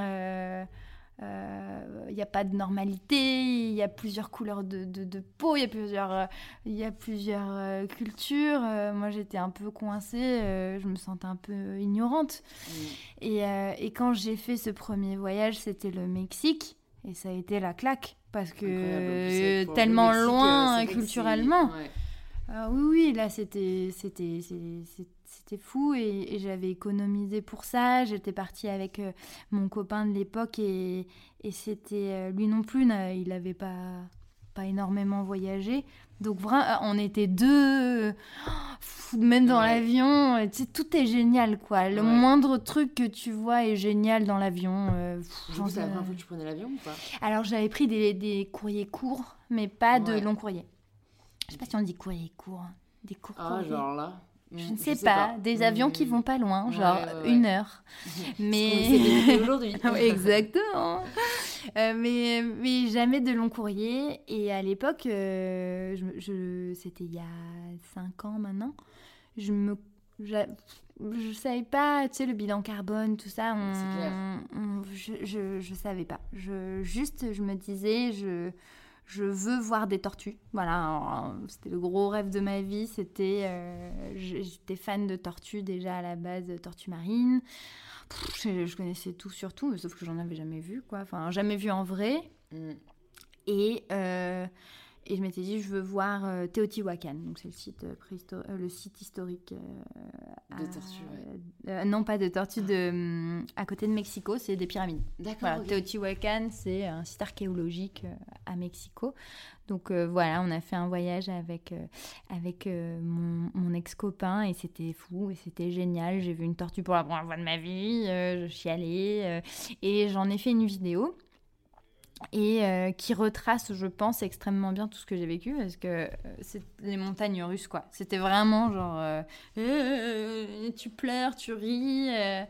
il n'y a pas de normalité, il y a plusieurs couleurs de peau, il y a plusieurs cultures. Moi, j'étais un peu coincée, je me sentais un peu ignorante. Et quand j'ai fait ce premier voyage, c'était le Mexique, et ça a été la claque, parce que tellement Mexique, loin culturellement. Oui, là, c'était fou et j'avais économisé pour ça. J'étais partie avec mon copain de l'époque et c'était lui non plus, il n'avait pas énormément voyagé. Donc vraiment, on était deux, même dans l'avion, tu sais, tout est génial, quoi. Le moindre truc que tu vois est génial dans l'avion. C'est la première fois que tu prenais l'avion ou pas ? Alors j'avais pris des courriers courts, mais pas de longs courriers. Je sais pas si on dit courrier court, des courts courriers. Genre là je ne sais pas, des avions qui vont pas loin, genre 1 heure. Mais c'est aujourd'hui. Exactement. Mais jamais de long courrier. Et à l'époque, c'était il y a 5 ans maintenant, je savais pas, tu sais, le bilan carbone, tout ça, je savais pas. Je me disais, je veux voir des tortues. Voilà, c'était le gros rêve de ma vie. J'étais fan de tortues déjà à la base, tortues marines. Je connaissais tout sur tout, mais sauf que j'en avais jamais vu, quoi. Enfin, jamais vu en vrai. Et je m'étais dit, je veux voir Teotihuacan. Donc, c'est le site historique. De tortues, non, pas de tortues, à côté de Mexico, c'est des pyramides. D'accord. Voilà, Teotihuacan, c'est un site archéologique à Mexico. Donc, voilà, on a fait un voyage avec mon ex-copain et c'était fou et c'était génial. J'ai vu une tortue pour la première fois de ma vie, je chialais et j'en ai fait une vidéo. Et qui retrace, je pense, extrêmement bien tout ce que j'ai vécu parce que c'est les montagnes russes, quoi. C'était vraiment genre tu pleures, tu ris,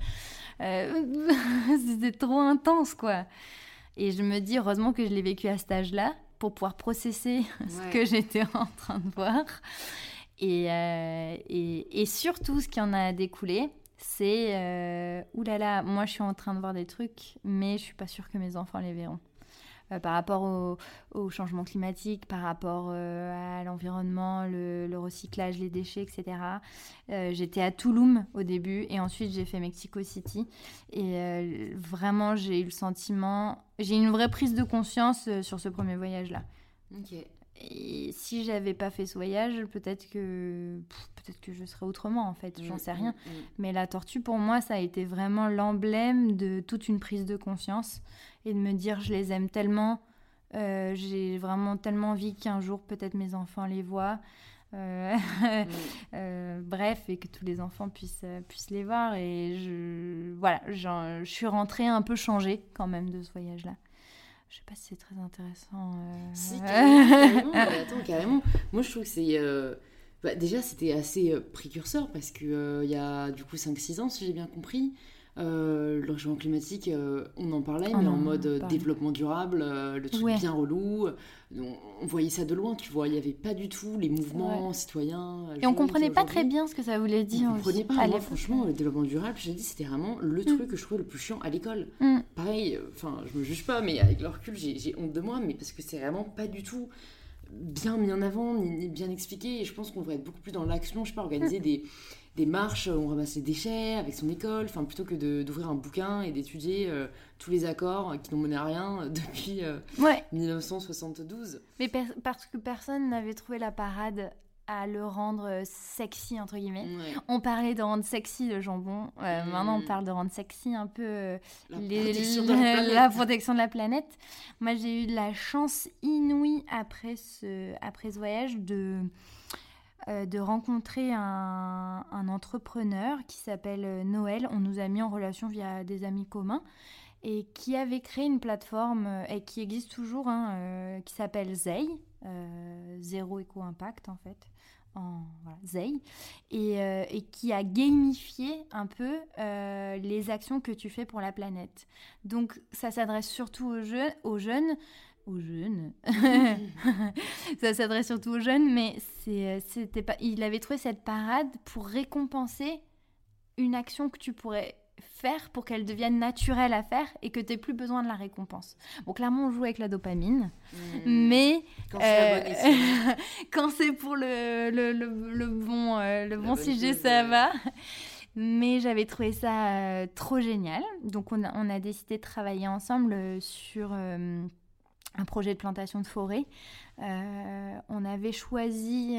c'était trop intense, quoi. Et je me dis heureusement que je l'ai vécu à cet âge-là pour pouvoir processer ce que j'étais en train de voir et surtout ce qui en a découlé. C'est oulala, moi je suis en train de voir des trucs mais je suis pas sûre que mes enfants les verront. Par rapport au changement climatique, par rapport à l'environnement, le recyclage, les déchets, etc. J'étais à Tulum au début et ensuite j'ai fait Mexico City. Et vraiment, j'ai eu le sentiment... J'ai eu une vraie prise de conscience sur ce premier voyage-là. Ok. Et si j'avais pas fait ce voyage, peut-être que je serais autrement, en fait. J'en sais rien. Mais la tortue, pour moi, ça a été vraiment l'emblème de toute une prise de conscience. Et de me dire, je les aime tellement. J'ai vraiment tellement envie qu'un jour, peut-être, mes enfants les voient. Bref, et que tous les enfants puissent les voir. Et je suis rentrée un peu changée, quand même, de ce voyage-là. Je sais pas si c'est très intéressant. Si, carrément. Mais attends, carrément. Moi, je trouve que c'est... déjà, c'était assez précurseur parce qu'il y a du coup 5-6 ans, si j'ai bien compris. Le réchauffement climatique, on en parlait, mais en mode développement durable, le truc bien relou. On voyait ça de loin, tu vois. Il n'y avait pas du tout les mouvements citoyens. Et on comprenait pas très bien ce que ça voulait dire. On comprenait pas. Moi, franchement, le développement durable, je te dis, c'était vraiment le truc que je trouvais le plus chiant à l'école. Pareil, je me juge pas, mais avec le recul, j'ai honte de moi, mais parce que c'est vraiment pas du tout bien mis en avant, ni bien expliqué. Et je pense qu'on devrait être beaucoup plus dans l'action. Je sais pas, organiser des marches où on ramasse les déchets avec son école, plutôt que d'ouvrir un bouquin et d'étudier tous les accords qui n'ont mené à rien depuis 1972. Mais parce que personne n'avait trouvé la parade à le rendre sexy, entre guillemets. On parlait de rendre sexy le jambon. Maintenant, on parle de rendre sexy un peu la protection de la planète. Moi, j'ai eu de la chance inouïe après ce voyage de rencontrer un entrepreneur qui s'appelle Noël. On nous a mis en relation via des amis communs et qui avait créé une plateforme et qui existe toujours, qui s'appelle Zei, Zéro Éco-Impact en fait, Zei, et qui a gamifié un peu les actions que tu fais pour la planète. Donc ça s'adresse surtout aux jeunes. Ça s'adresse surtout aux jeunes, mais c'était pas. Il avait trouvé cette parade pour récompenser une action que tu pourrais faire pour qu'elle devienne naturelle à faire et que tu n'aies plus besoin de la récompense. Bon, clairement, on joue avec la dopamine, mais quand c'est pour le bon sujet, ça va. Mais j'avais trouvé ça trop génial. Donc, on a décidé de travailler ensemble sur un projet de plantation de forêt. On avait choisi...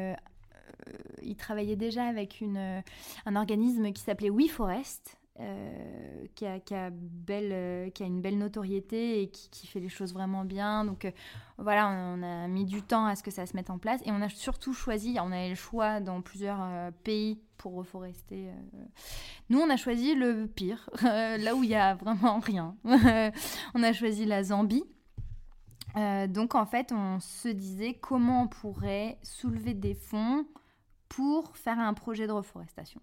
il travaillait déjà avec un organisme qui s'appelait WeForest, qui a une belle notoriété et qui fait les choses vraiment bien. Donc voilà, on a mis du temps à ce que ça se mette en place. Et on a surtout choisi, on avait le choix dans plusieurs pays pour reforester. Nous, on a choisi le pire, là où il n'y a vraiment rien. On a choisi la Zambie. Donc en fait on se disait comment on pourrait soulever des fonds pour faire un projet de reforestation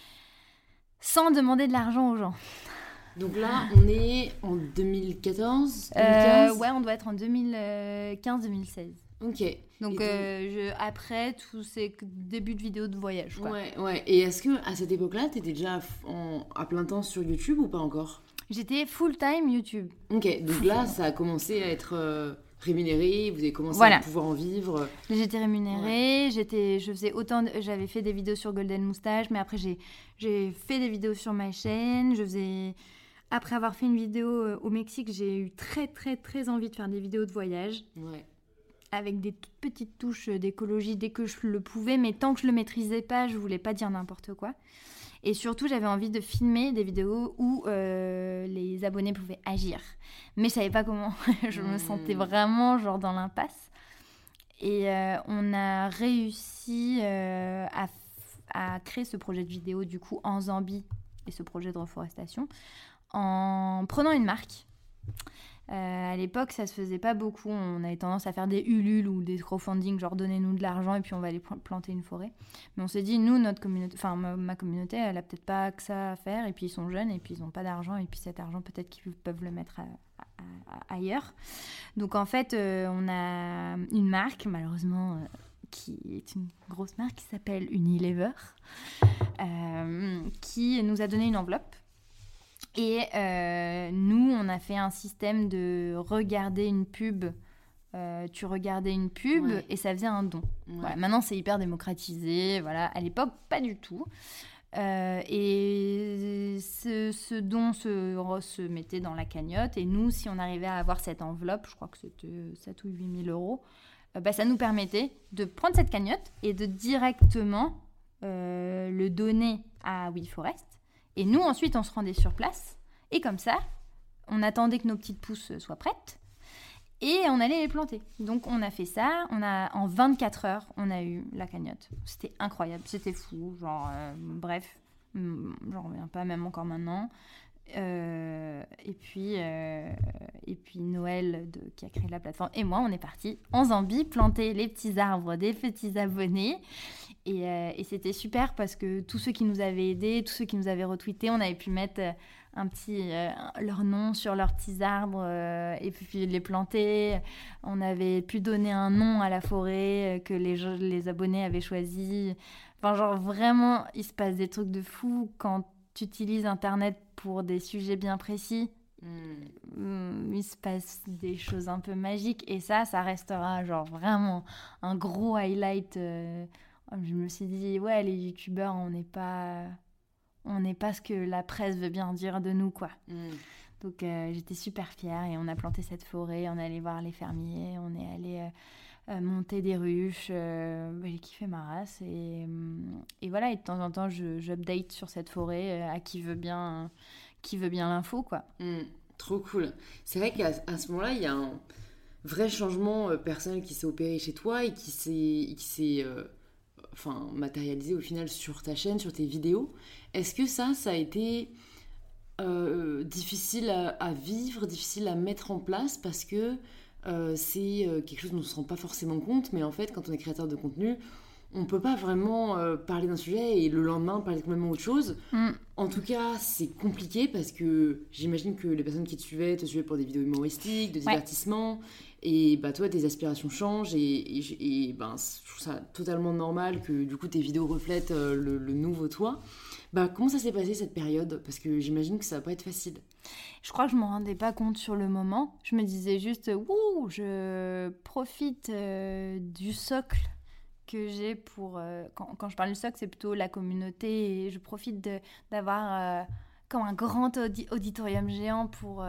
sans demander de l'argent aux gens. Donc là on est en 2014 ouais, on doit être en 2015-2016. Ok. Donc après tous ces débuts de vidéos de voyage quoi. Ouais. Et est-ce que à cette époque-là t'étais déjà à plein temps sur YouTube ou pas encore? J'étais full-time YouTube. Ok, donc là, ça a commencé à être rémunéré, vous avez commencé à pouvoir en vivre. J'étais rémunérée, j'avais fait des vidéos sur Golden Moustache, mais après j'ai fait des vidéos sur ma chaîne. Après avoir fait une vidéo au Mexique, j'ai eu très très très envie de faire des vidéos de voyage. Ouais. Avec des toutes petites touches d'écologie dès que je le pouvais, mais tant que je le maîtrisais pas, je voulais pas dire n'importe quoi. Et surtout, j'avais envie de filmer des vidéos où les abonnés pouvaient agir. Mais je savais pas comment. Je me sentais vraiment dans l'impasse. Et on a réussi à créer ce projet de vidéo du coup en Zambie et ce projet de reforestation en prenant une marque. À l'époque, ça se faisait pas beaucoup. On avait tendance à faire des Ulule ou des crowdfunding, donnez-nous de l'argent et puis on va aller planter une forêt. Mais on s'est dit, nous, notre communauté, ma communauté, elle a peut-être pas que ça à faire et puis ils sont jeunes et puis ils ont pas d'argent et puis cet argent, peut-être qu'ils peuvent le mettre ailleurs. Donc en fait, on a une marque, malheureusement, qui est une grosse marque qui s'appelle Unilever, qui nous a donné une enveloppe. Et nous, on a fait un système de regarder une pub. Tu regardais une pub et ça faisait un don. Ouais. Voilà. Maintenant, c'est hyper démocratisé. Voilà. À l'époque, pas du tout. Et ce don se mettait dans la cagnotte. Et nous, si on arrivait à avoir cette enveloppe, je crois que c'était 7 ou 8 000 euros, ça nous permettait de prendre cette cagnotte et de directement le donner à WeForest. Et nous, ensuite, on se rendait sur place. Et comme ça, on attendait que nos petites pousses soient prêtes. Et on allait les planter. Donc, on a fait ça. En 24 heures, on a eu la cagnotte. C'était incroyable. C'était fou. Bref, j'en reviens pas, même encore maintenant. Et puis Noël qui a créé la plateforme et moi, on est partis en Zambie planter les petits arbres des petits abonnés. Et c'était super parce que tous ceux qui nous avaient aidés, tous ceux qui nous avaient retweetés, on avait pu mettre leur nom sur leurs petits arbres et puis les planter. On avait pu donner un nom à la forêt que les abonnés avaient choisi. Enfin, vraiment, il se passe des trucs de fou quand tu utilises Internet pour des sujets bien précis. Il se passe des choses un peu magiques. Et ça restera vraiment un gros highlight. Je me suis dit, ouais, les youtubeurs, on n'est pas ce que la presse veut bien dire de nous, quoi. Donc j'étais super fière et on a planté cette forêt, on est allé voir les fermiers, on est allé monter des ruches. J'ai kiffé ma race et voilà. Et de temps en temps, j'update sur cette forêt à qui veut bien l'info, quoi. Trop cool. C'est vrai qu'à ce moment-là, il y a un vrai changement personnel qui s'est opéré chez toi et qui s'est matérialisé au final sur ta chaîne, sur tes vidéos. Est-ce que ça a été difficile à vivre, difficile à mettre en place parce que c'est quelque chose dont on ne se rend pas forcément compte, mais en fait, quand on est créateur de contenu, on ne peut pas vraiment parler d'un sujet et le lendemain parler complètement autre chose. En tout cas, c'est compliqué parce que j'imagine que les personnes qui te suivaient pour des vidéos humoristiques, de divertissement, et toi, tes aspirations changent et je trouve ça totalement normal que du coup tes vidéos reflètent le nouveau toi. Comment ça s'est passé cette période? Parce que j'imagine que ça va pas être facile. Je crois que je m'en rendais pas compte sur le moment. Je me disais juste, je profite du socle que j'ai pour... quand je parle du socle, c'est plutôt la communauté. Et je profite d'avoir comme un grand auditorium géant pour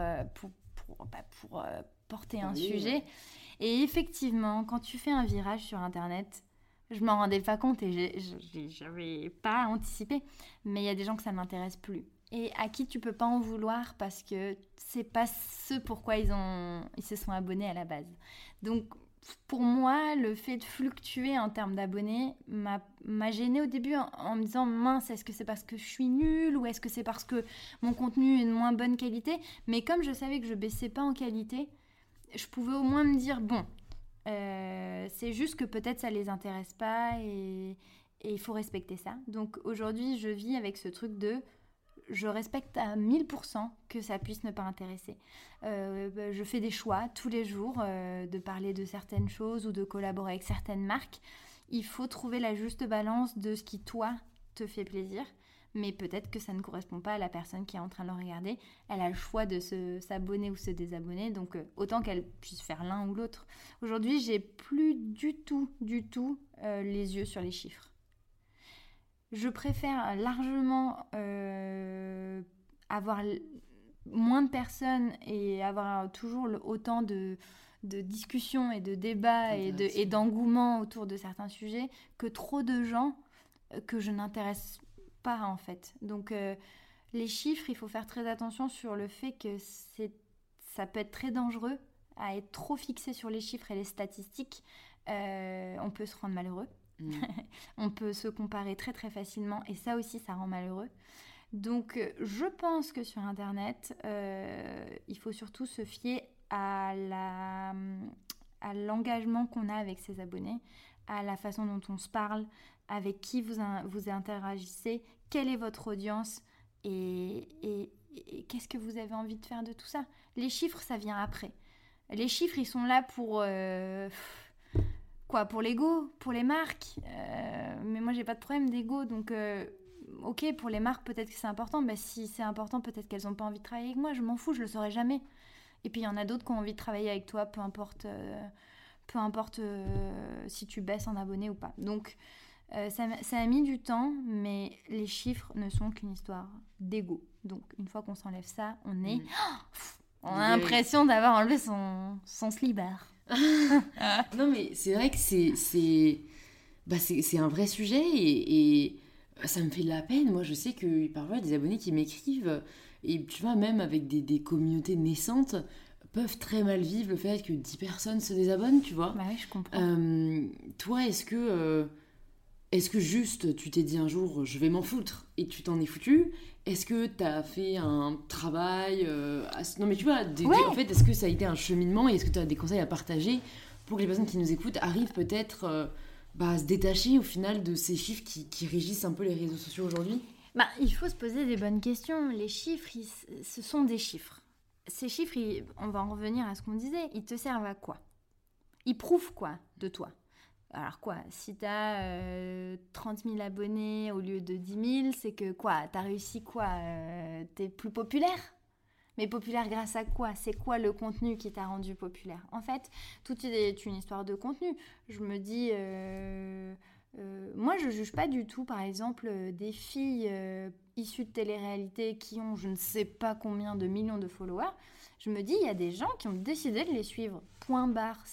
porter un sujet. Et effectivement, quand tu fais un virage sur Internet... Je m'en rendais pas compte et j'avais pas anticipé. Mais il y a des gens que ça m'intéresse plus. Et à qui tu peux pas en vouloir parce que c'est pas ce pourquoi ils se sont abonnés à la base. Donc, pour moi, le fait de fluctuer en termes d'abonnés m'a gênée au début en me disant, mince, est-ce que c'est parce que je suis nulle ou est-ce que c'est parce que mon contenu est de moins bonne qualité? Mais comme je savais que je baissais pas en qualité, je pouvais au moins me dire, bon... c'est juste que peut-être ça les intéresse pas et il faut respecter ça. Donc aujourd'hui, je vis avec ce truc de je respecte à 1000% que ça puisse ne pas intéresser. Je fais des choix tous les jours de parler de certaines choses ou de collaborer avec certaines marques. Il faut trouver la juste balance de ce qui, toi, te fait plaisir. Mais peut-être que ça ne correspond pas à la personne qui est en train de le regarder. Elle a le choix de s'abonner ou se désabonner, donc autant qu'elle puisse faire l'un ou l'autre. Aujourd'hui, j'ai plus du tout les yeux sur les chiffres. Je préfère largement avoir moins de personnes et avoir toujours autant de discussions et de débats et d'engouement autour de certains sujets que trop de gens que je n'intéresse pas en fait. Donc les chiffres, il faut faire très attention sur le fait que ça peut être très dangereux à être trop fixé sur les chiffres et les statistiques. On peut se rendre malheureux. On peut se comparer très très facilement et ça aussi ça rend malheureux. Donc je pense que sur Internet il faut surtout se fier à l'engagement qu'on a avec ses abonnés, à la façon dont on se parle, avec qui vous interagissez, quelle est votre audience et qu'est-ce que vous avez envie de faire de tout ça. Les chiffres, ça vient après. Les chiffres, ils sont là pour... pour l'ego, pour les marques. Mais moi, j'ai pas de problème d'ego, donc... ok, pour les marques, peut-être que c'est important. Mais si c'est important, peut-être qu'elles n'ont pas envie de travailler avec moi. Je m'en fous, je le saurai jamais. Et puis, il y en a d'autres qui ont envie de travailler avec toi, peu importe si tu baisses en abonnés ou pas. Donc... Ça a mis du temps, mais les chiffres ne sont qu'une histoire d'ego. Donc, une fois qu'on s'enlève ça, on est... on a l'impression d'avoir enlevé son slibard. Non, mais c'est vrai que c'est un vrai sujet et ça me fait de la peine. Moi, je sais que parfois, il y a des abonnés qui m'écrivent et tu vois, même avec des communautés naissantes, peuvent très mal vivre le fait que 10 personnes se désabonnent, tu vois. Bah oui, je comprends. Toi, est-ce que juste tu t'es dit un jour je vais m'en foutre et tu t'en es foutu? Est-ce que t'as fait un travail non mais tu vois, en fait, est-ce que ça a été un cheminement et est-ce que tu as des conseils à partager pour que les personnes qui nous écoutent arrivent peut-être à se détacher au final de ces chiffres qui régissent un peu les réseaux sociaux aujourd'hui? Il faut se poser des bonnes questions. Les chiffres, ce sont des chiffres. Ces chiffres, on va en revenir à ce qu'on disait, ils te servent à quoi? Ils prouvent quoi de toi? Alors quoi, si t'as 30 000 abonnés au lieu de 10 000, c'est que quoi? T'as réussi quoi? T'es plus populaire? Mais populaire grâce à quoi? C'est quoi le contenu qui t'a rendu populaire? En fait, tout est une histoire de contenu. Je me dis... moi, je juge pas du tout, par exemple, des filles issues de télé-réalité qui ont je ne sais pas combien de millions de followers. Je me dis, il y a des gens qui ont décidé de les suivre. Point barre.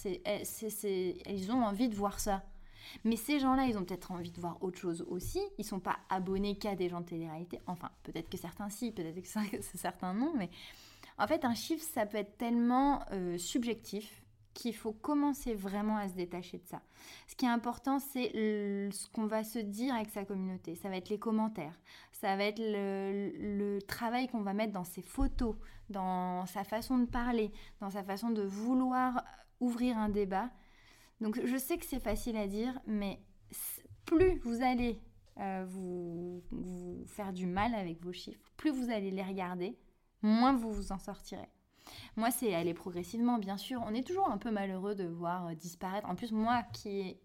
Ils ont envie de voir ça. Mais ces gens-là, ils ont peut-être envie de voir autre chose aussi. Ils sont pas abonnés qu'à des gens de télé-réalité. Enfin, peut-être que certains si, peut-être que certains non. Mais en fait, un chiffre, ça peut être tellement subjectif qu'il faut commencer vraiment à se détacher de ça. Ce qui est important, c'est ce qu'on va se dire avec sa communauté. Ça va être les commentaires, ça va être le travail qu'on va mettre dans ses photos, dans sa façon de parler, dans sa façon de vouloir ouvrir un débat. Donc je sais que c'est facile à dire, mais plus vous allez vous faire du mal avec vos chiffres, plus vous allez les regarder, moins vous vous en sortirez. Moi, c'est aller progressivement, bien sûr. On est toujours un peu malheureux de voir disparaître. En plus, moi, qui ai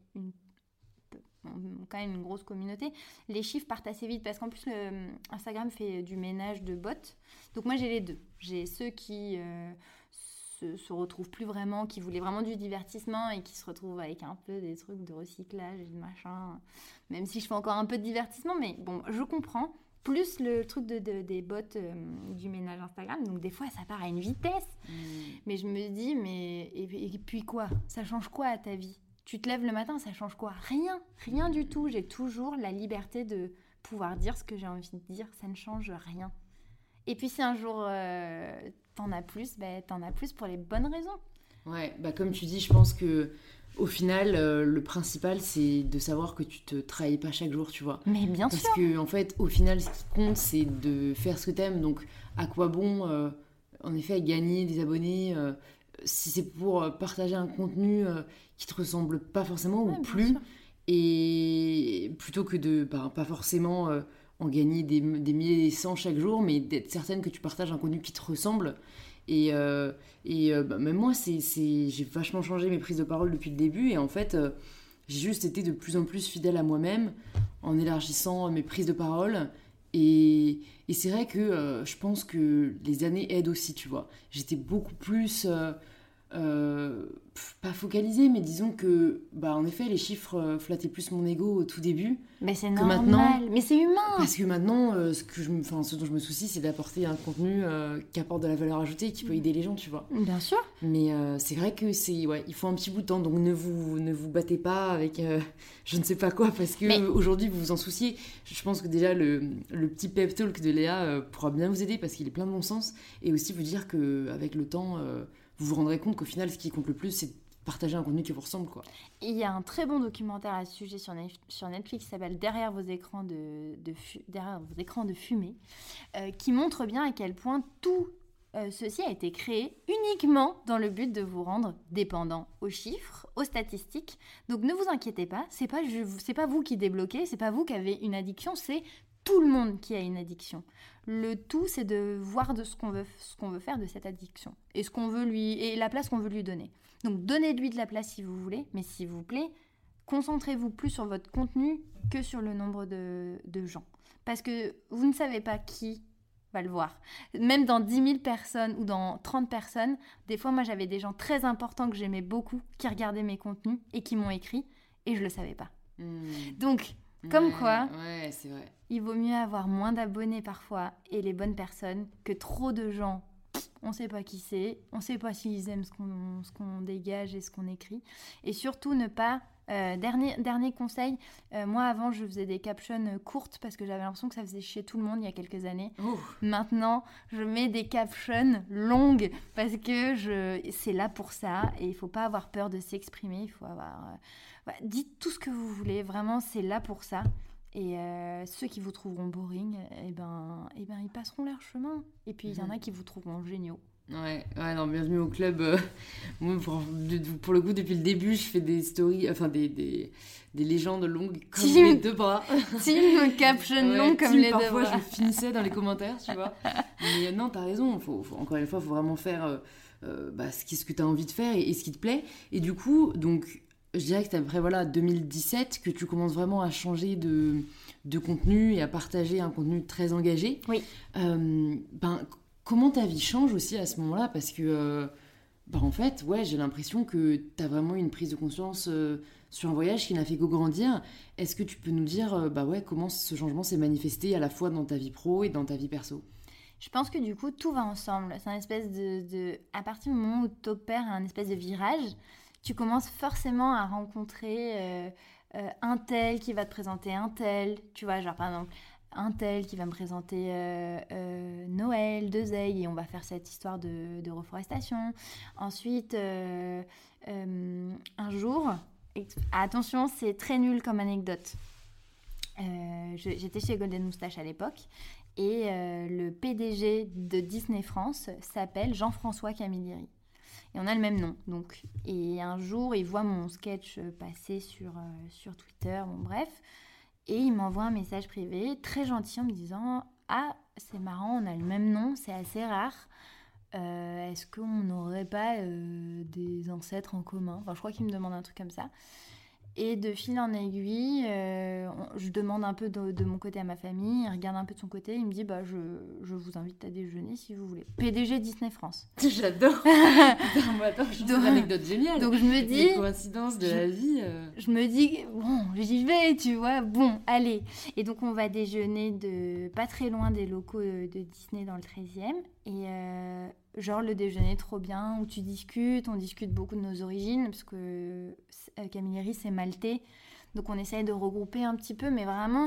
quand même une grosse communauté, les chiffres partent assez vite parce qu'en plus, Instagram fait du ménage de bots. Donc moi, j'ai les deux. J'ai ceux qui se retrouvent plus vraiment, qui voulaient vraiment du divertissement et qui se retrouvent avec un peu des trucs de recyclage et de machin. Même si je fais encore un peu de divertissement, mais bon, je comprends. Plus le truc des bots du ménage Instagram. Donc des fois, ça part à une vitesse. Mais je me dis, et puis quoi? Ça change quoi à ta vie? Tu te lèves le matin, ça change quoi? Rien du tout. J'ai toujours la liberté de pouvoir dire ce que j'ai envie de dire. Ça ne change rien. Et puis si un jour t'en as plus, t'en as plus pour les bonnes raisons. Ouais, comme tu dis, je pense que au final, le principal, c'est de savoir que tu te trahis pas chaque jour, tu vois. Mais bien sûr. Parce que, en fait, au final, ce qui compte, c'est de faire ce que t'aimes. Donc, à quoi bon, en effet, gagner des abonnés si c'est pour partager un contenu qui te ressemble pas forcément ou plus, et plutôt que de pas forcément en gagner des milliers et des cents chaque jour, mais d'être certaine que tu partages un contenu qui te ressemble. Et même moi, j'ai vachement changé mes prises de parole depuis le début. Et en fait, j'ai juste été de plus en plus fidèle à moi-même en élargissant mes prises de parole. Et c'est vrai que je pense que les années aident aussi, tu vois. J'étais beaucoup plus... pas focalisée, mais disons que en effet les chiffres flattaient plus mon ego au tout début. Mais c'est normal, mais c'est humain. Parce que maintenant ce dont je me soucie, c'est d'apporter un contenu qui apporte de la valeur ajoutée et qui peut aider les gens, tu vois. Bien sûr. Mais c'est vrai que il faut un petit bout de temps, donc ne vous battez pas avec je ne sais pas quoi parce que aujourd'hui vous vous en souciez. Je pense que déjà le petit pep talk de Léa pourra bien vous aider parce qu'il est plein de bon sens, et aussi vous dire que avec le temps vous vous rendrez compte qu'au final, ce qui compte le plus, c'est de partager un contenu qui vous ressemble, quoi. Il y a un très bon documentaire à ce sujet sur Netflix qui s'appelle Derrière vos écrans de fumée, qui montre bien à quel point tout ceci a été créé uniquement dans le but de vous rendre dépendant aux chiffres, aux statistiques. Donc ne vous inquiétez pas, c'est pas vous qui débloquez, c'est pas vous qui avez une addiction, c'est tout le monde qui a une addiction. Le tout, c'est de voir de ce qu'on veut faire de cette addiction et et la place qu'on veut lui donner. Donc, donnez-lui de la place si vous voulez, mais s'il vous plaît, concentrez-vous plus sur votre contenu que sur le nombre de gens. Parce que vous ne savez pas qui va le voir. Même dans 10 000 personnes ou dans 30 personnes, des fois, moi, j'avais des gens très importants que j'aimais beaucoup qui regardaient mes contenus et qui m'ont écrit et je ne le savais pas. Donc, Comme quoi, ouais, c'est vrai. il vaut mieux avoir moins d'abonnés parfois et les bonnes personnes que trop de gens. On ne sait pas qui c'est, on ne sait pas s'ils aiment ce qu'on dégage et ce qu'on écrit. Et surtout, ne pas... dernier conseil, moi avant je faisais des captions courtes parce que j'avais l'impression que ça faisait chier tout le monde il y a quelques années. Maintenant je mets des captions longues parce que c'est là pour ça et il faut pas avoir peur de s'exprimer, il faut avoir... dites tout ce que vous voulez, vraiment c'est là pour ça. Et ceux qui vous trouveront boring, ils passeront leur chemin. Et puis il y en a qui vous trouveront géniaux. Ouais, non, bienvenue au club. Moi, pour le coup, depuis le début, je fais des stories, enfin des légendes longues comme les deux bras. Team caption long comme les deux bras. Parfois, je finissais dans les commentaires, tu vois. Mais non, t'as raison. Encore une fois, il faut vraiment faire ce que t'as envie de faire et ce qui te plaît. Et du coup, donc, je dirais que c'est après 2017 que tu commences vraiment à changer de contenu et à partager un contenu très engagé. Oui. Comment ta vie change aussi à ce moment-là ? Parce que, en fait, ouais, j'ai l'impression que tu as vraiment une prise de conscience sur un voyage qui n'a fait que grandir. Est-ce que tu peux nous dire comment ce changement s'est manifesté à la fois dans ta vie pro et dans ta vie perso ? Je pense que du coup, tout va ensemble. C'est un espèce à partir du moment où tu opères un espèce de virage, tu commences forcément à rencontrer un tel qui va te présenter un tel. Tu vois, genre par exemple... un tel qui va me présenter Noël, Deuzeil, et on va faire cette histoire de reforestation. Ensuite, un jour, attention, c'est très nul comme anecdote. J'étais chez Golden Moustache à l'époque, et le PDG de Disney France s'appelle Jean-François Camilleri. Et on a le même nom. Donc. Et un jour, il voit mon sketch passer sur Twitter, bref. Et il m'envoie un message privé très gentil en me disant « Ah, c'est marrant, on a le même nom, c'est assez rare. Est-ce qu'on n'aurait pas des ancêtres en commun ?» Enfin, je crois qu'il me demande un truc comme ça. Et de fil en aiguille, je demande un peu de mon côté à ma famille, il regarde un peu de son côté, il me dit je vous invite à déjeuner si vous voulez. PDG Disney France. J'adore. Attends, c'est une anecdote géniale. Donc je me dis... les coïncidences de la vie. Je me dis, bon, j'y vais, tu vois, bon, allez. Et donc on va déjeuner pas très loin des locaux de Disney dans le 13e. Et genre le déjeuner trop bien, où on discute beaucoup de nos origines, parce que Camilleri c'est maltais, donc on essaye de regrouper un petit peu, mais vraiment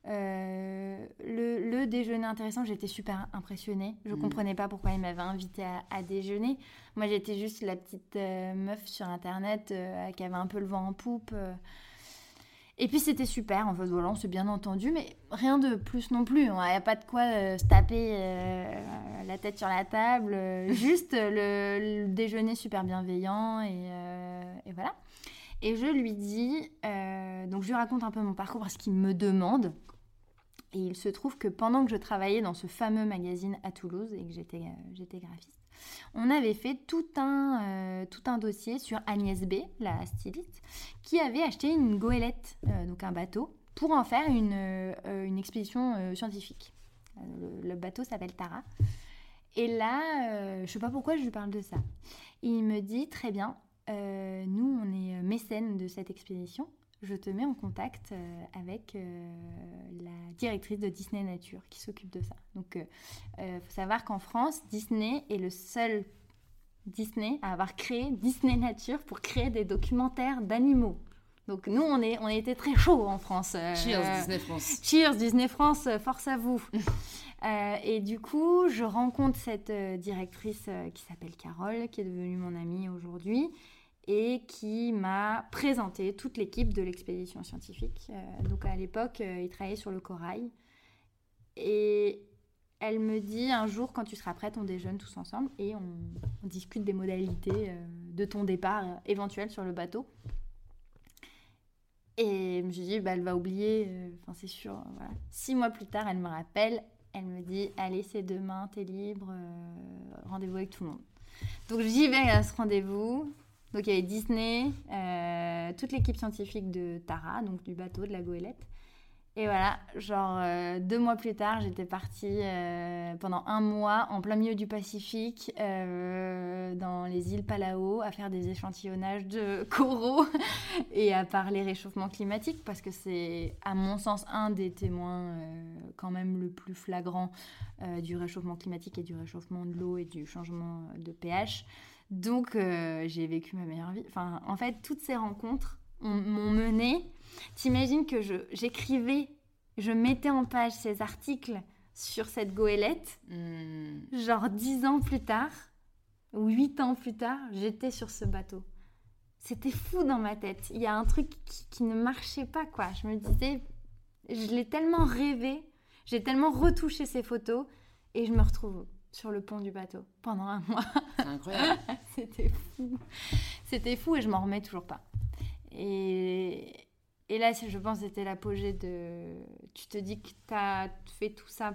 le déjeuner intéressant, j'étais super impressionnée, je comprenais pas pourquoi il m'avait invitée à déjeuner. Moi j'étais juste la petite meuf sur internet qui avait un peu le vent en poupe. Et puis c'était super, en fait, voilà, on s'est bien entendu, mais rien de plus non plus. Il n'y a pas de quoi se taper la tête sur la table, juste le déjeuner super bienveillant et voilà. Et je lui dis, donc je lui raconte un peu mon parcours parce qu'il me demande. Et il se trouve que pendant que je travaillais dans ce fameux magazine à Toulouse et que j'étais graphiste, on avait fait tout un dossier sur Agnès B, la styliste, qui avait acheté une goélette, donc un bateau, pour en faire une expédition scientifique. Le bateau s'appelle Tara. Et là, je ne sais pas pourquoi je lui parle de ça. Il me dit, très bien, nous on est mécènes de cette expédition, je te mets en contact avec la directrice de Disney Nature qui s'occupe de ça. Donc, faut savoir qu'en France, Disney est le seul Disney à avoir créé Disney Nature pour créer des documentaires d'animaux. Donc, nous, on était très chauds en France. Cheers Disney France. Cheers Disney France, force à vous. Et du coup, je rencontre cette directrice qui s'appelle Carole, qui est devenue mon amie aujourd'hui, et qui m'a présenté toute l'équipe de l'expédition scientifique. Donc à l'époque, ils travaillaient sur le corail. Et elle me dit, un jour, quand tu seras prête, on déjeune tous ensemble et on discute des modalités de ton départ éventuel sur le bateau. Et je me suis dit, elle va oublier, c'est sûr. Voilà. 6 mois plus tard, elle me rappelle, elle me dit, allez, c'est demain, t'es libre, rendez-vous avec tout le monde. Donc j'y vais à ce rendez-vous. Donc il y avait Disney, toute l'équipe scientifique de Tara, donc du bateau, de la goélette, Et voilà, genre 2 mois plus tard, j'étais partie pendant 1 mois en plein milieu du Pacifique, dans les îles Palau, à faire des échantillonnages de coraux et à parler réchauffement climatique, parce que c'est, à mon sens, un des témoins quand même le plus flagrant du réchauffement climatique et du réchauffement de l'eau et du changement de pH. Donc j'ai vécu ma meilleure vie. Enfin, en fait, toutes ces rencontres m'ont menée. T'imagines que j'écrivais, je mettais en page ces articles sur cette goélette, genre 10 ans plus tard, ou 8 ans plus tard, j'étais sur ce bateau. C'était fou dans ma tête. Il y a un truc qui ne marchait pas, quoi. Je me disais, je l'ai tellement rêvé, j'ai tellement retouché ces photos, et je me retrouve sur le pont du bateau pendant 1 mois. C'est incroyable. C'était fou et je m'en remets toujours pas. Et là, je pense que c'était l'apogée de... Tu te dis que tu as fait tout ça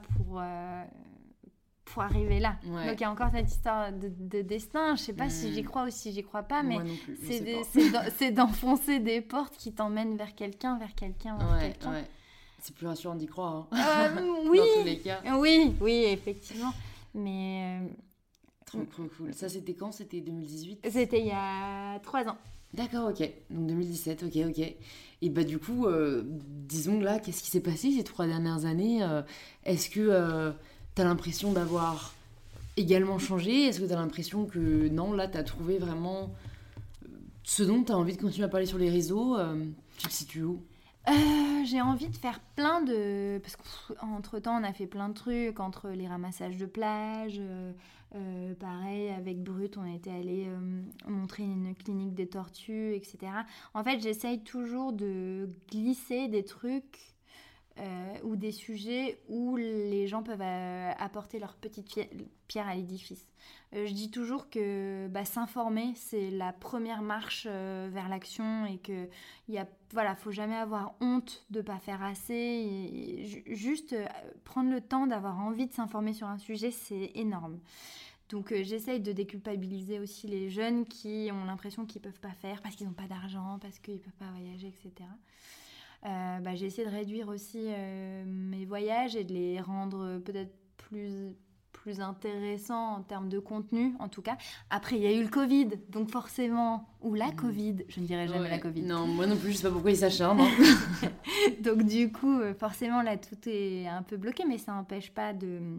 pour arriver là. Ouais. Donc, il y a encore cette histoire de destin. Je sais pas si j'y crois ou si j'y crois pas, mais c'est d'enfoncer des portes qui t'emmènent vers quelqu'un. Ouais. C'est plus rassurant d'y croire. Oui. Dans tous les cas. Oui, effectivement. Mais... Trop cool. Ça, c'était quand ? C'était 2018 ? C'était il y a 3 ans. D'accord, ok. Donc 2017, ok. Et bah du coup, disons là, qu'est-ce qui s'est passé ces 3 dernières années ? Est-ce que t'as l'impression d'avoir également changé ? Est-ce que t'as l'impression que non, là, t'as trouvé vraiment ce dont t'as envie de continuer à parler sur les réseaux ? Tu te situes où ? J'ai envie de faire plein de... Parce qu'entre-temps, on a fait plein de trucs, entre les ramassages de plage, pareil, avec Brut, on était allé montrer une clinique des tortues, etc. En fait, j'essaye toujours de glisser des trucs ou des sujets où les gens peuvent apporter leur petite pierre à l'édifice. Je dis toujours que s'informer, c'est la première marche vers l'action et que faut jamais avoir honte de pas faire assez. Et juste prendre le temps d'avoir envie de s'informer sur un sujet, c'est énorme. Donc j'essaye de déculpabiliser aussi les jeunes qui ont l'impression qu'ils peuvent pas faire parce qu'ils n'ont pas d'argent, parce qu'ils peuvent pas voyager, etc. J'ai essayé de réduire aussi mes voyages et de les rendre peut-être plus intéressants en termes de contenu, en tout cas. Après, il y a eu le Covid, donc forcément... Ou la Covid, je ne dirais jamais la Covid. Non, moi non plus, je sais pas pourquoi ils s'acharnent. Donc du coup, forcément, là, tout est un peu bloqué, mais ça n'empêche pas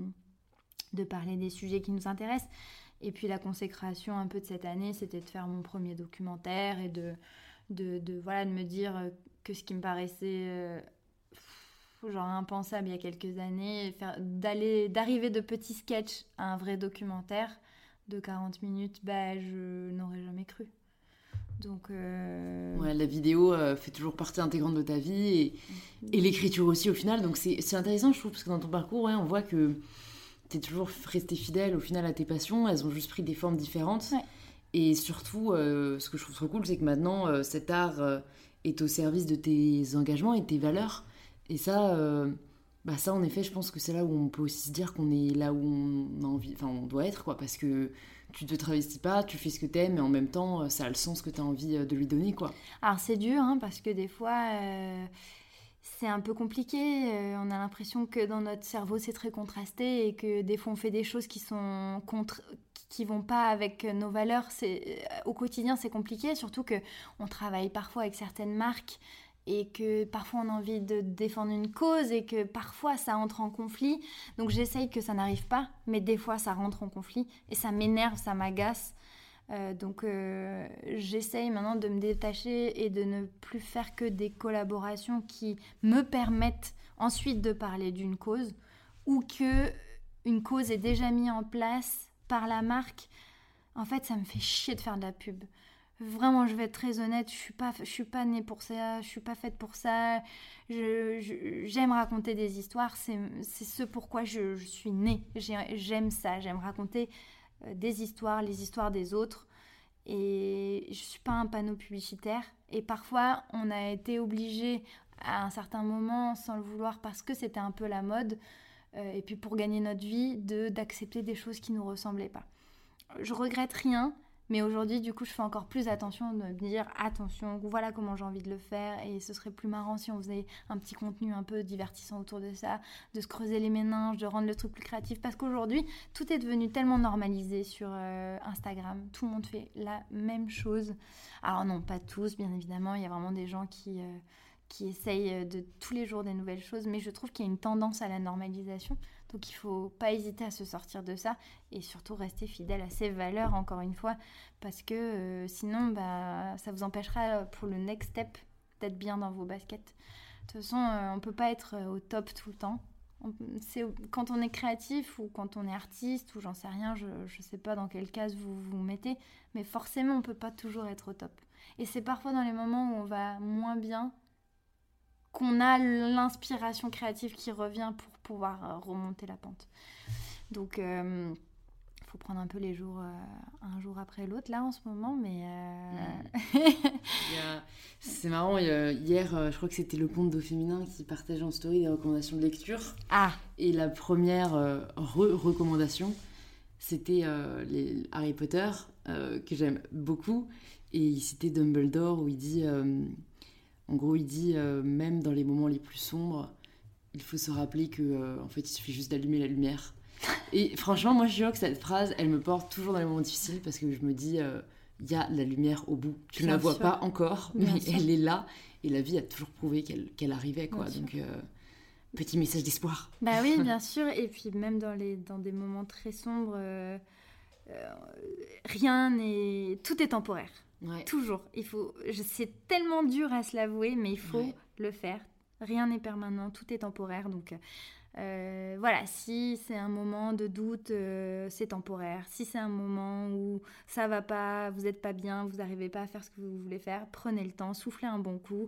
de parler des sujets qui nous intéressent. Et puis la consécration un peu de cette année, c'était de faire mon premier documentaire et de me dire... que ce qui me paraissait genre impensable il y a quelques années, d'arriver de petits sketchs à un vrai documentaire de 40 minutes, je n'aurais jamais cru. Donc la vidéo fait toujours partie intégrante de ta vie et l'écriture aussi au final, donc c'est intéressant je trouve, parce que dans ton parcours on voit que t'es toujours restée fidèle au final à tes passions, elles ont juste pris des formes différentes. Ouais. Et surtout ce que je trouve trop cool, c'est que maintenant cet art est au service de tes engagements et de tes valeurs. Et ça, ça en effet, je pense que c'est là où on peut aussi se dire qu'on est là où on a envie, enfin on doit être, quoi, parce que tu te travestis pas, tu fais ce que t'aimes, et en même temps, ça a le sens que t'as envie de lui donner, quoi. Alors c'est dur, parce que des fois, c'est un peu compliqué. On a l'impression que dans notre cerveau, c'est très contrasté et que des fois, on fait des choses qui sont qui vont pas avec nos valeurs. Au quotidien, c'est compliqué, surtout qu'on travaille parfois avec certaines marques et que parfois on a envie de défendre une cause et que parfois ça entre en conflit. Donc j'essaye que ça n'arrive pas, mais des fois ça rentre en conflit et ça m'énerve, ça m'agace. Donc j'essaye maintenant de me détacher et de ne plus faire que des collaborations qui me permettent ensuite de parler d'une cause ou qu'une cause est déjà mise en place par la marque. En fait, ça me fait chier de faire de la pub. Vraiment, je vais être très honnête, je suis pas née pour ça, je suis pas faite pour ça. J'aime raconter des histoires, c'est ce pourquoi je suis née. J'aime ça, j'aime raconter des histoires, les histoires des autres. Et je suis pas un panneau publicitaire. Et parfois, on a été obligé à un certain moment, sans le vouloir, parce que c'était un peu la mode, et puis pour gagner notre vie, d'accepter des choses qui nous ressemblaient pas. Je regrette rien, Mais aujourd'hui, du coup, je fais encore plus attention de me dire attention, voilà comment j'ai envie de le faire. Et ce serait plus marrant si on faisait un petit contenu un peu divertissant autour de ça, de se creuser les méninges, de rendre le truc plus créatif. Parce qu'aujourd'hui, tout est devenu tellement normalisé sur Instagram. Tout le monde fait la même chose. Alors non, pas tous, bien évidemment. Il y a vraiment des gens qui essayent de tous les jours des nouvelles choses. Mais je trouve qu'il y a une tendance à la normalisation. Donc il ne faut pas hésiter à se sortir de ça et surtout rester fidèle à ses valeurs, encore une fois, parce que sinon, ça vous empêchera pour le next step d'être bien dans vos baskets. De toute façon, on ne peut pas être au top tout le temps. Quand on est créatif ou quand on est artiste ou j'en sais rien, je ne sais pas dans quelle case vous vous mettez, mais forcément, on ne peut pas toujours être au top. Et c'est parfois dans les moments où on va moins bien qu'on a l'inspiration créative qui revient pour pouvoir remonter la pente. Donc, faut prendre un peu les jours un jour après l'autre, là, en ce moment, mais... C'est marrant, hier, je crois que c'était le compte d'Au Féminin qui partageait en story des recommandations de lecture. Ah. Et la première recommandation, c'était les Harry Potter, que j'aime beaucoup. Et il citait Dumbledore, où il dit... En gros, il dit, même dans les moments les plus sombres, il faut se rappeler que, en fait, il suffit juste d'allumer la lumière. Et franchement, moi, je jure que cette phrase, elle me porte toujours dans les moments difficiles parce que je me dis, il y a la lumière au bout. Tu ne la vois pas encore, mais elle est là. Et la vie a toujours prouvé qu'elle arrivait, quoi. Donc, petit message d'espoir. Bah oui, bien sûr. Et puis, même dans des moments très sombres, rien n'est... Tout est temporaire. Ouais. Toujours. C'est tellement dur à se l'avouer, mais il faut le faire. Rien n'est permanent, tout est temporaire. Donc voilà, si c'est un moment de doute, c'est temporaire. Si c'est un moment où ça va pas, vous n'êtes pas bien, vous n'arrivez pas à faire ce que vous voulez faire, prenez le temps, soufflez un bon coup.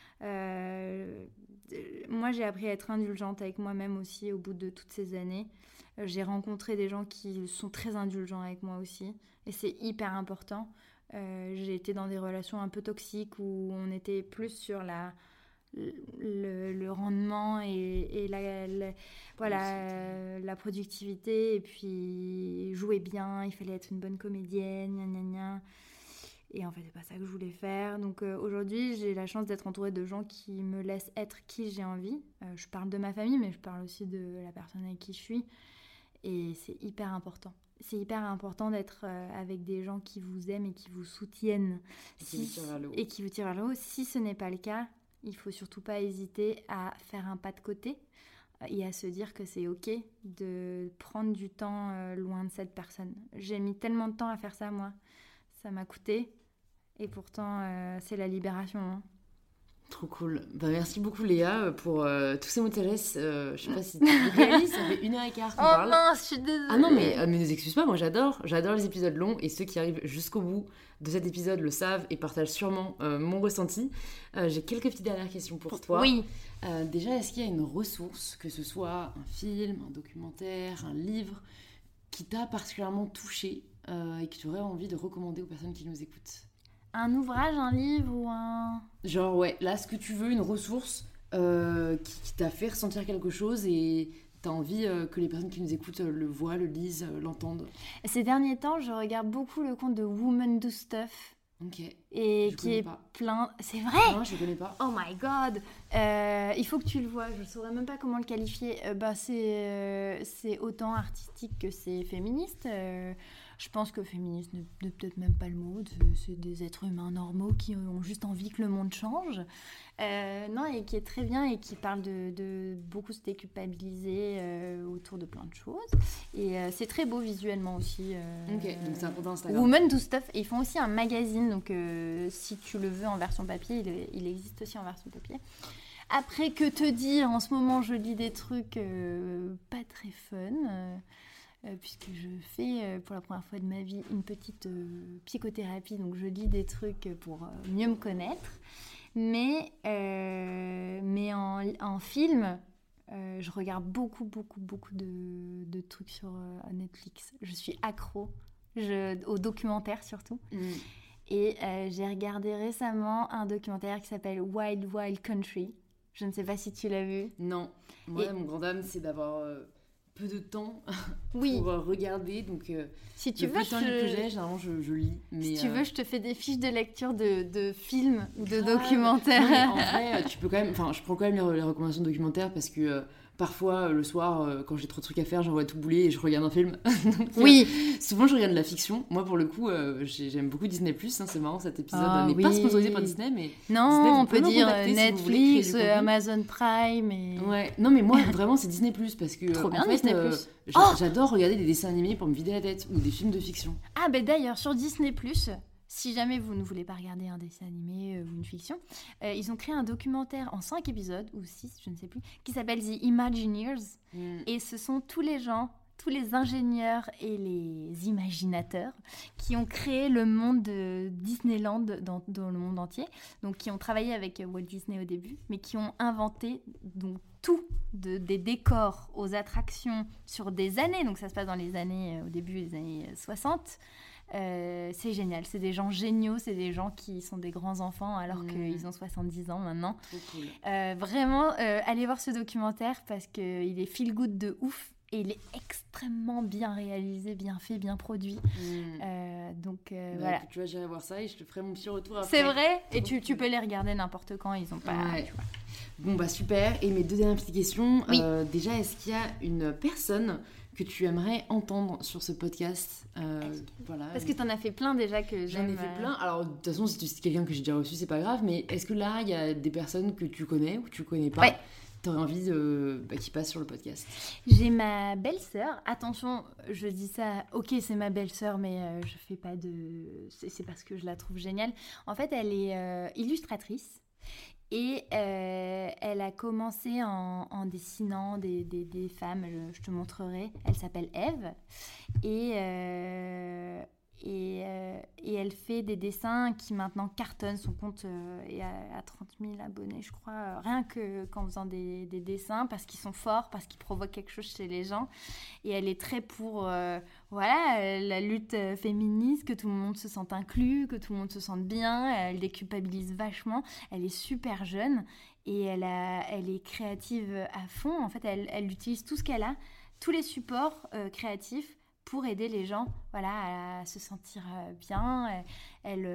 Moi, j'ai appris à être indulgente avec moi-même aussi au bout de toutes ces années. J'ai rencontré des gens qui sont très indulgents avec moi aussi. Et c'est hyper important. J'ai été dans des relations un peu toxiques où on était plus sur le rendement et la productivité, et puis jouer bien, il fallait être une bonne comédienne, gna gna gna. Et en fait, c'est pas ça que je voulais faire. Donc aujourd'hui, j'ai la chance d'être entourée de gens qui me laissent être qui j'ai envie. Je parle de ma famille, mais je parle aussi de la personne avec qui je suis. Et c'est hyper important. C'est hyper important d'être avec des gens qui vous aiment et qui vous soutiennent. Et qui vous tirent vers le haut. Si ce n'est pas le cas, il ne faut surtout pas hésiter à faire un pas de côté et à se dire que c'est OK de prendre du temps loin de cette personne. J'ai mis tellement de temps à faire ça, moi. Ça m'a coûté. Et pourtant, c'est la libération. Hein. Trop cool. Merci beaucoup Léa pour tous ces mots de sagesse. Je sais pas si tu réalises, ça fait 1h15 qu'on parle. Oh non, je suis désolée. Ah non, mais ne excuse pas, moi j'adore les épisodes longs et ceux qui arrivent jusqu'au bout de cet épisode le savent et partagent sûrement mon ressenti. J'ai quelques petites dernières questions pour toi. Oui. Déjà, est-ce qu'il y a une ressource, que ce soit un film, un documentaire, un livre, qui t'a particulièrement touché et que tu aurais envie de recommander aux personnes qui nous écoutent ? Un ouvrage, un livre ou un... Genre, ouais, là, ce que tu veux, une ressource qui t'a fait ressentir quelque chose et t'as envie que les personnes qui nous écoutent le voient, le lisent, l'entendent. Ces derniers temps, je regarde beaucoup le compte de Women Do Stuff. Ok. Et je qui est pas. Plein... C'est vrai ? Non, je connais pas. Oh my god. Il faut que tu le vois, je ne saurais même pas comment le qualifier. C'est autant artistique que c'est féministe. Je pense que féministe n'est peut-être même pas le mot. C'est des êtres humains normaux qui ont juste envie que le monde change. Non, et qui est très bien et qui parle de beaucoup se déculpabiliser autour de plein de choses. Et c'est très beau visuellement aussi. Ok, donc c'est un compte Instagram. Women Do Stuff. Et ils font aussi un magazine, donc si tu le veux en version papier, il existe aussi en version papier. Après, que te dire, en ce moment, je lis des trucs pas très fun. Puisque je fais pour la première fois de ma vie une petite psychothérapie, donc je lis des trucs pour mieux me connaître. Mais en film, je regarde beaucoup de trucs sur Netflix. Je suis accro, aux documentaires surtout. Et j'ai regardé récemment un documentaire qui s'appelle Wild Wild Country. Je ne sais pas si tu l'as vu. Non. Moi, mon grand dame, c'est d'avoir... peu de temps Oui. pour regarder, donc Si tu le veux, peu de temps que j'ai, généralement je lis. Mais, si tu veux, je te fais des fiches de lecture de films ou de grave. documentaires. Non, mais en vrai, tu peux quand même, enfin, je prends quand même les recommandations de documentaires parce que parfois le soir, quand j'ai trop de trucs à faire, j'envoie tout bouler et je regarde un film. Donc, Oui. souvent je regarde de la fiction. Moi pour le coup, j'aime beaucoup Disney+, hein, c'est marrant, cet épisode n'est pas Oui. sponsorisé par Disney, mais Non, Disney, vous on pouvez peut me dire contacter si vous voulez créer Netflix, du contenu. Amazon Prime et... Ouais, non mais moi vraiment c'est Disney+, parce que Trop bien, en fait, Disney+. j'adore regarder des dessins animés pour me vider la tête, ou des films de fiction. Ah, ben d'ailleurs, sur Disney+, si jamais vous ne voulez pas regarder un dessin animé ou une fiction, ils ont créé un documentaire en 5 épisodes, ou 6, je ne sais plus, qui s'appelle The Imagineers. Et ce sont tous les gens, tous les ingénieurs et les imaginateurs qui ont créé le monde de Disneyland dans le monde entier. Donc, qui ont travaillé avec Walt Disney au début, mais qui ont inventé donc, tout, des décors aux attractions sur des années. Donc, ça se passe dans les années, au début des années 60. C'est génial, c'est des gens géniaux, c'est des gens qui sont des grands enfants alors qu'ils ont 70 ans maintenant. Trop cool. Vraiment, allez voir ce documentaire parce qu'il est feel good de ouf et il est extrêmement bien réalisé, bien fait, bien produit. Donc voilà. Tu vois, j'irai voir ça et je te ferai mon petit retour après. C'est vrai, et tu peux les regarder n'importe quand, ils ont pas... Ouais. Tu vois. Bon bah super, et mes deux dernières petites questions. Oui. Déjà, est-ce qu'il y a une personne que tu aimerais entendre sur ce podcast? Voilà. Parce que t'en as fait plein déjà que J'en j'aime. ai fait plein. Alors, de toute façon, si tu cites quelqu'un que j'ai déjà reçu, c'est pas grave. Mais est-ce que là, il y a des personnes que tu connais ou que tu connais pas, Ouais. t'aurais envie qui passent sur le podcast? J'ai ma belle-sœur. Attention, je dis ça. Ok, c'est ma belle-sœur, mais je fais pas de. C'est parce que je la trouve géniale. En fait, elle est illustratrice. Et elle a commencé en dessinant des femmes, je te montrerai. Elle s'appelle Eve. Et elle fait des dessins qui maintenant cartonnent. Son compte est à 30 000 abonnés, je crois. Rien qu'en faisant des dessins, parce qu'ils sont forts, parce qu'ils provoquent quelque chose chez les gens. Et elle est très pour la lutte féministe, que tout le monde se sente inclus, que tout le monde se sente bien. Elle déculpabilise vachement. Elle est super jeune et elle est créative à fond. En fait, elle utilise tout ce qu'elle a, tous les supports créatifs, pour aider les gens à se sentir bien. Elle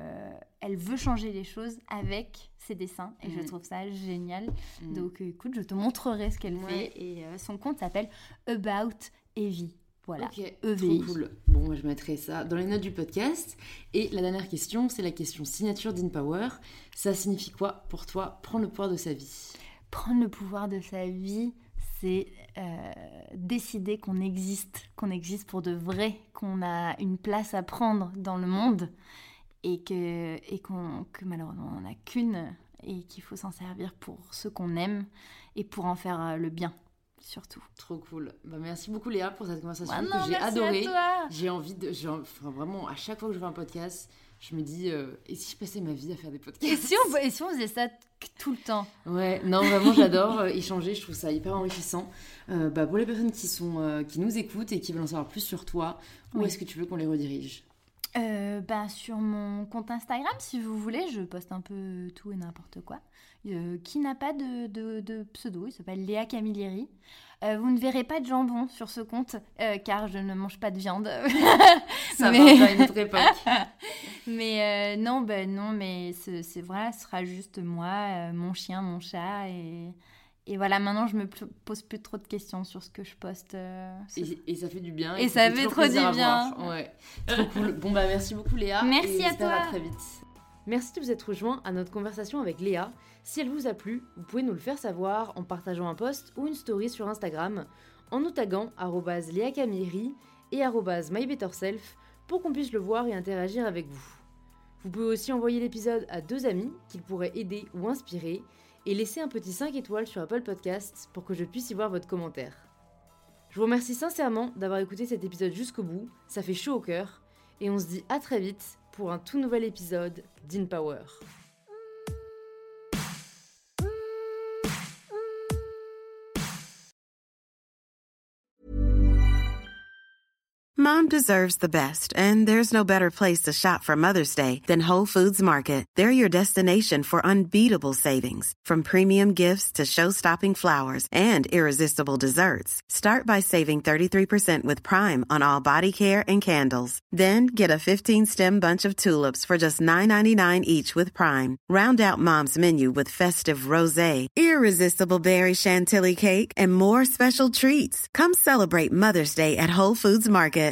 veut changer les choses avec ses dessins et je trouve ça génial. Donc écoute, je te montrerai ce qu'elle fait et son compte s'appelle About Evie. Voilà, Ok, EVI. trop cool. Bon, moi, je mettrai ça dans les notes du podcast. Et la dernière question, c'est la question signature d'InPower. Ça signifie quoi pour toi, prendre le pouvoir de sa vie? Prendre le pouvoir de sa vie, c'est décider qu'on existe pour de vrai, qu'on a une place à prendre dans le monde et que malheureusement on n'en a qu'une et qu'il faut s'en servir pour ce qu'on aime et pour en faire le bien, surtout. Trop cool. Bah, merci beaucoup Léa pour cette conversation Ah non, que j'ai merci adorée. à toi. J'ai envie de... vraiment, à chaque fois que je fais un podcast, je me dis, et si je passais ma vie à faire des podcasts? Et si on faisait ça tout le temps? Ouais, non, vraiment, j'adore échanger, je trouve ça hyper enrichissant. Pour les personnes qui nous écoutent et qui veulent en savoir plus sur toi, où est-ce que tu veux qu'on les redirige? Sur mon compte Instagram, si vous voulez, je poste un peu tout et n'importe quoi. Qui n'a pas de pseudo, il s'appelle Léa Camilleri. Vous ne verrez pas de jambon sur ce compte, car je ne mange pas de viande. Ça va à une autre époque. Mais non, mais voilà, ce sera juste moi, mon chien, mon chat, et voilà, maintenant je me pose plus trop de questions sur ce que je poste. Et ça fait du bien. Et ça fait trop du bien. Ouais, trop cool. Bon merci beaucoup Léa. Merci à toi. À très vite. Merci de vous être rejoints à notre conversation avec Léa. Si elle vous a plu, vous pouvez nous le faire savoir en partageant un post ou une story sur Instagram, en nous taguant @léacamilleri et @mybetterself pour qu'on puisse le voir et interagir avec vous. Vous pouvez aussi envoyer l'épisode à 2 amis qu'il pourrait aider ou inspirer et laisser un petit 5 étoiles sur Apple Podcasts pour que je puisse y voir votre commentaire. Je vous remercie sincèrement d'avoir écouté cet épisode jusqu'au bout, ça fait chaud au cœur, et on se dit à très vite pour un tout nouvel épisode d'InPower. Mom deserves the best, and there's no better place to shop for Mother's Day than Whole Foods Market. They're your destination for unbeatable savings, from premium gifts to show-stopping flowers and irresistible desserts. Start by saving 33% with Prime on all body care and candles. Then get a 15-stem bunch of tulips for just $9.99 each with Prime. Round out Mom's menu with festive rosé, irresistible berry chantilly cake, and more special treats. Come celebrate Mother's Day at Whole Foods Market.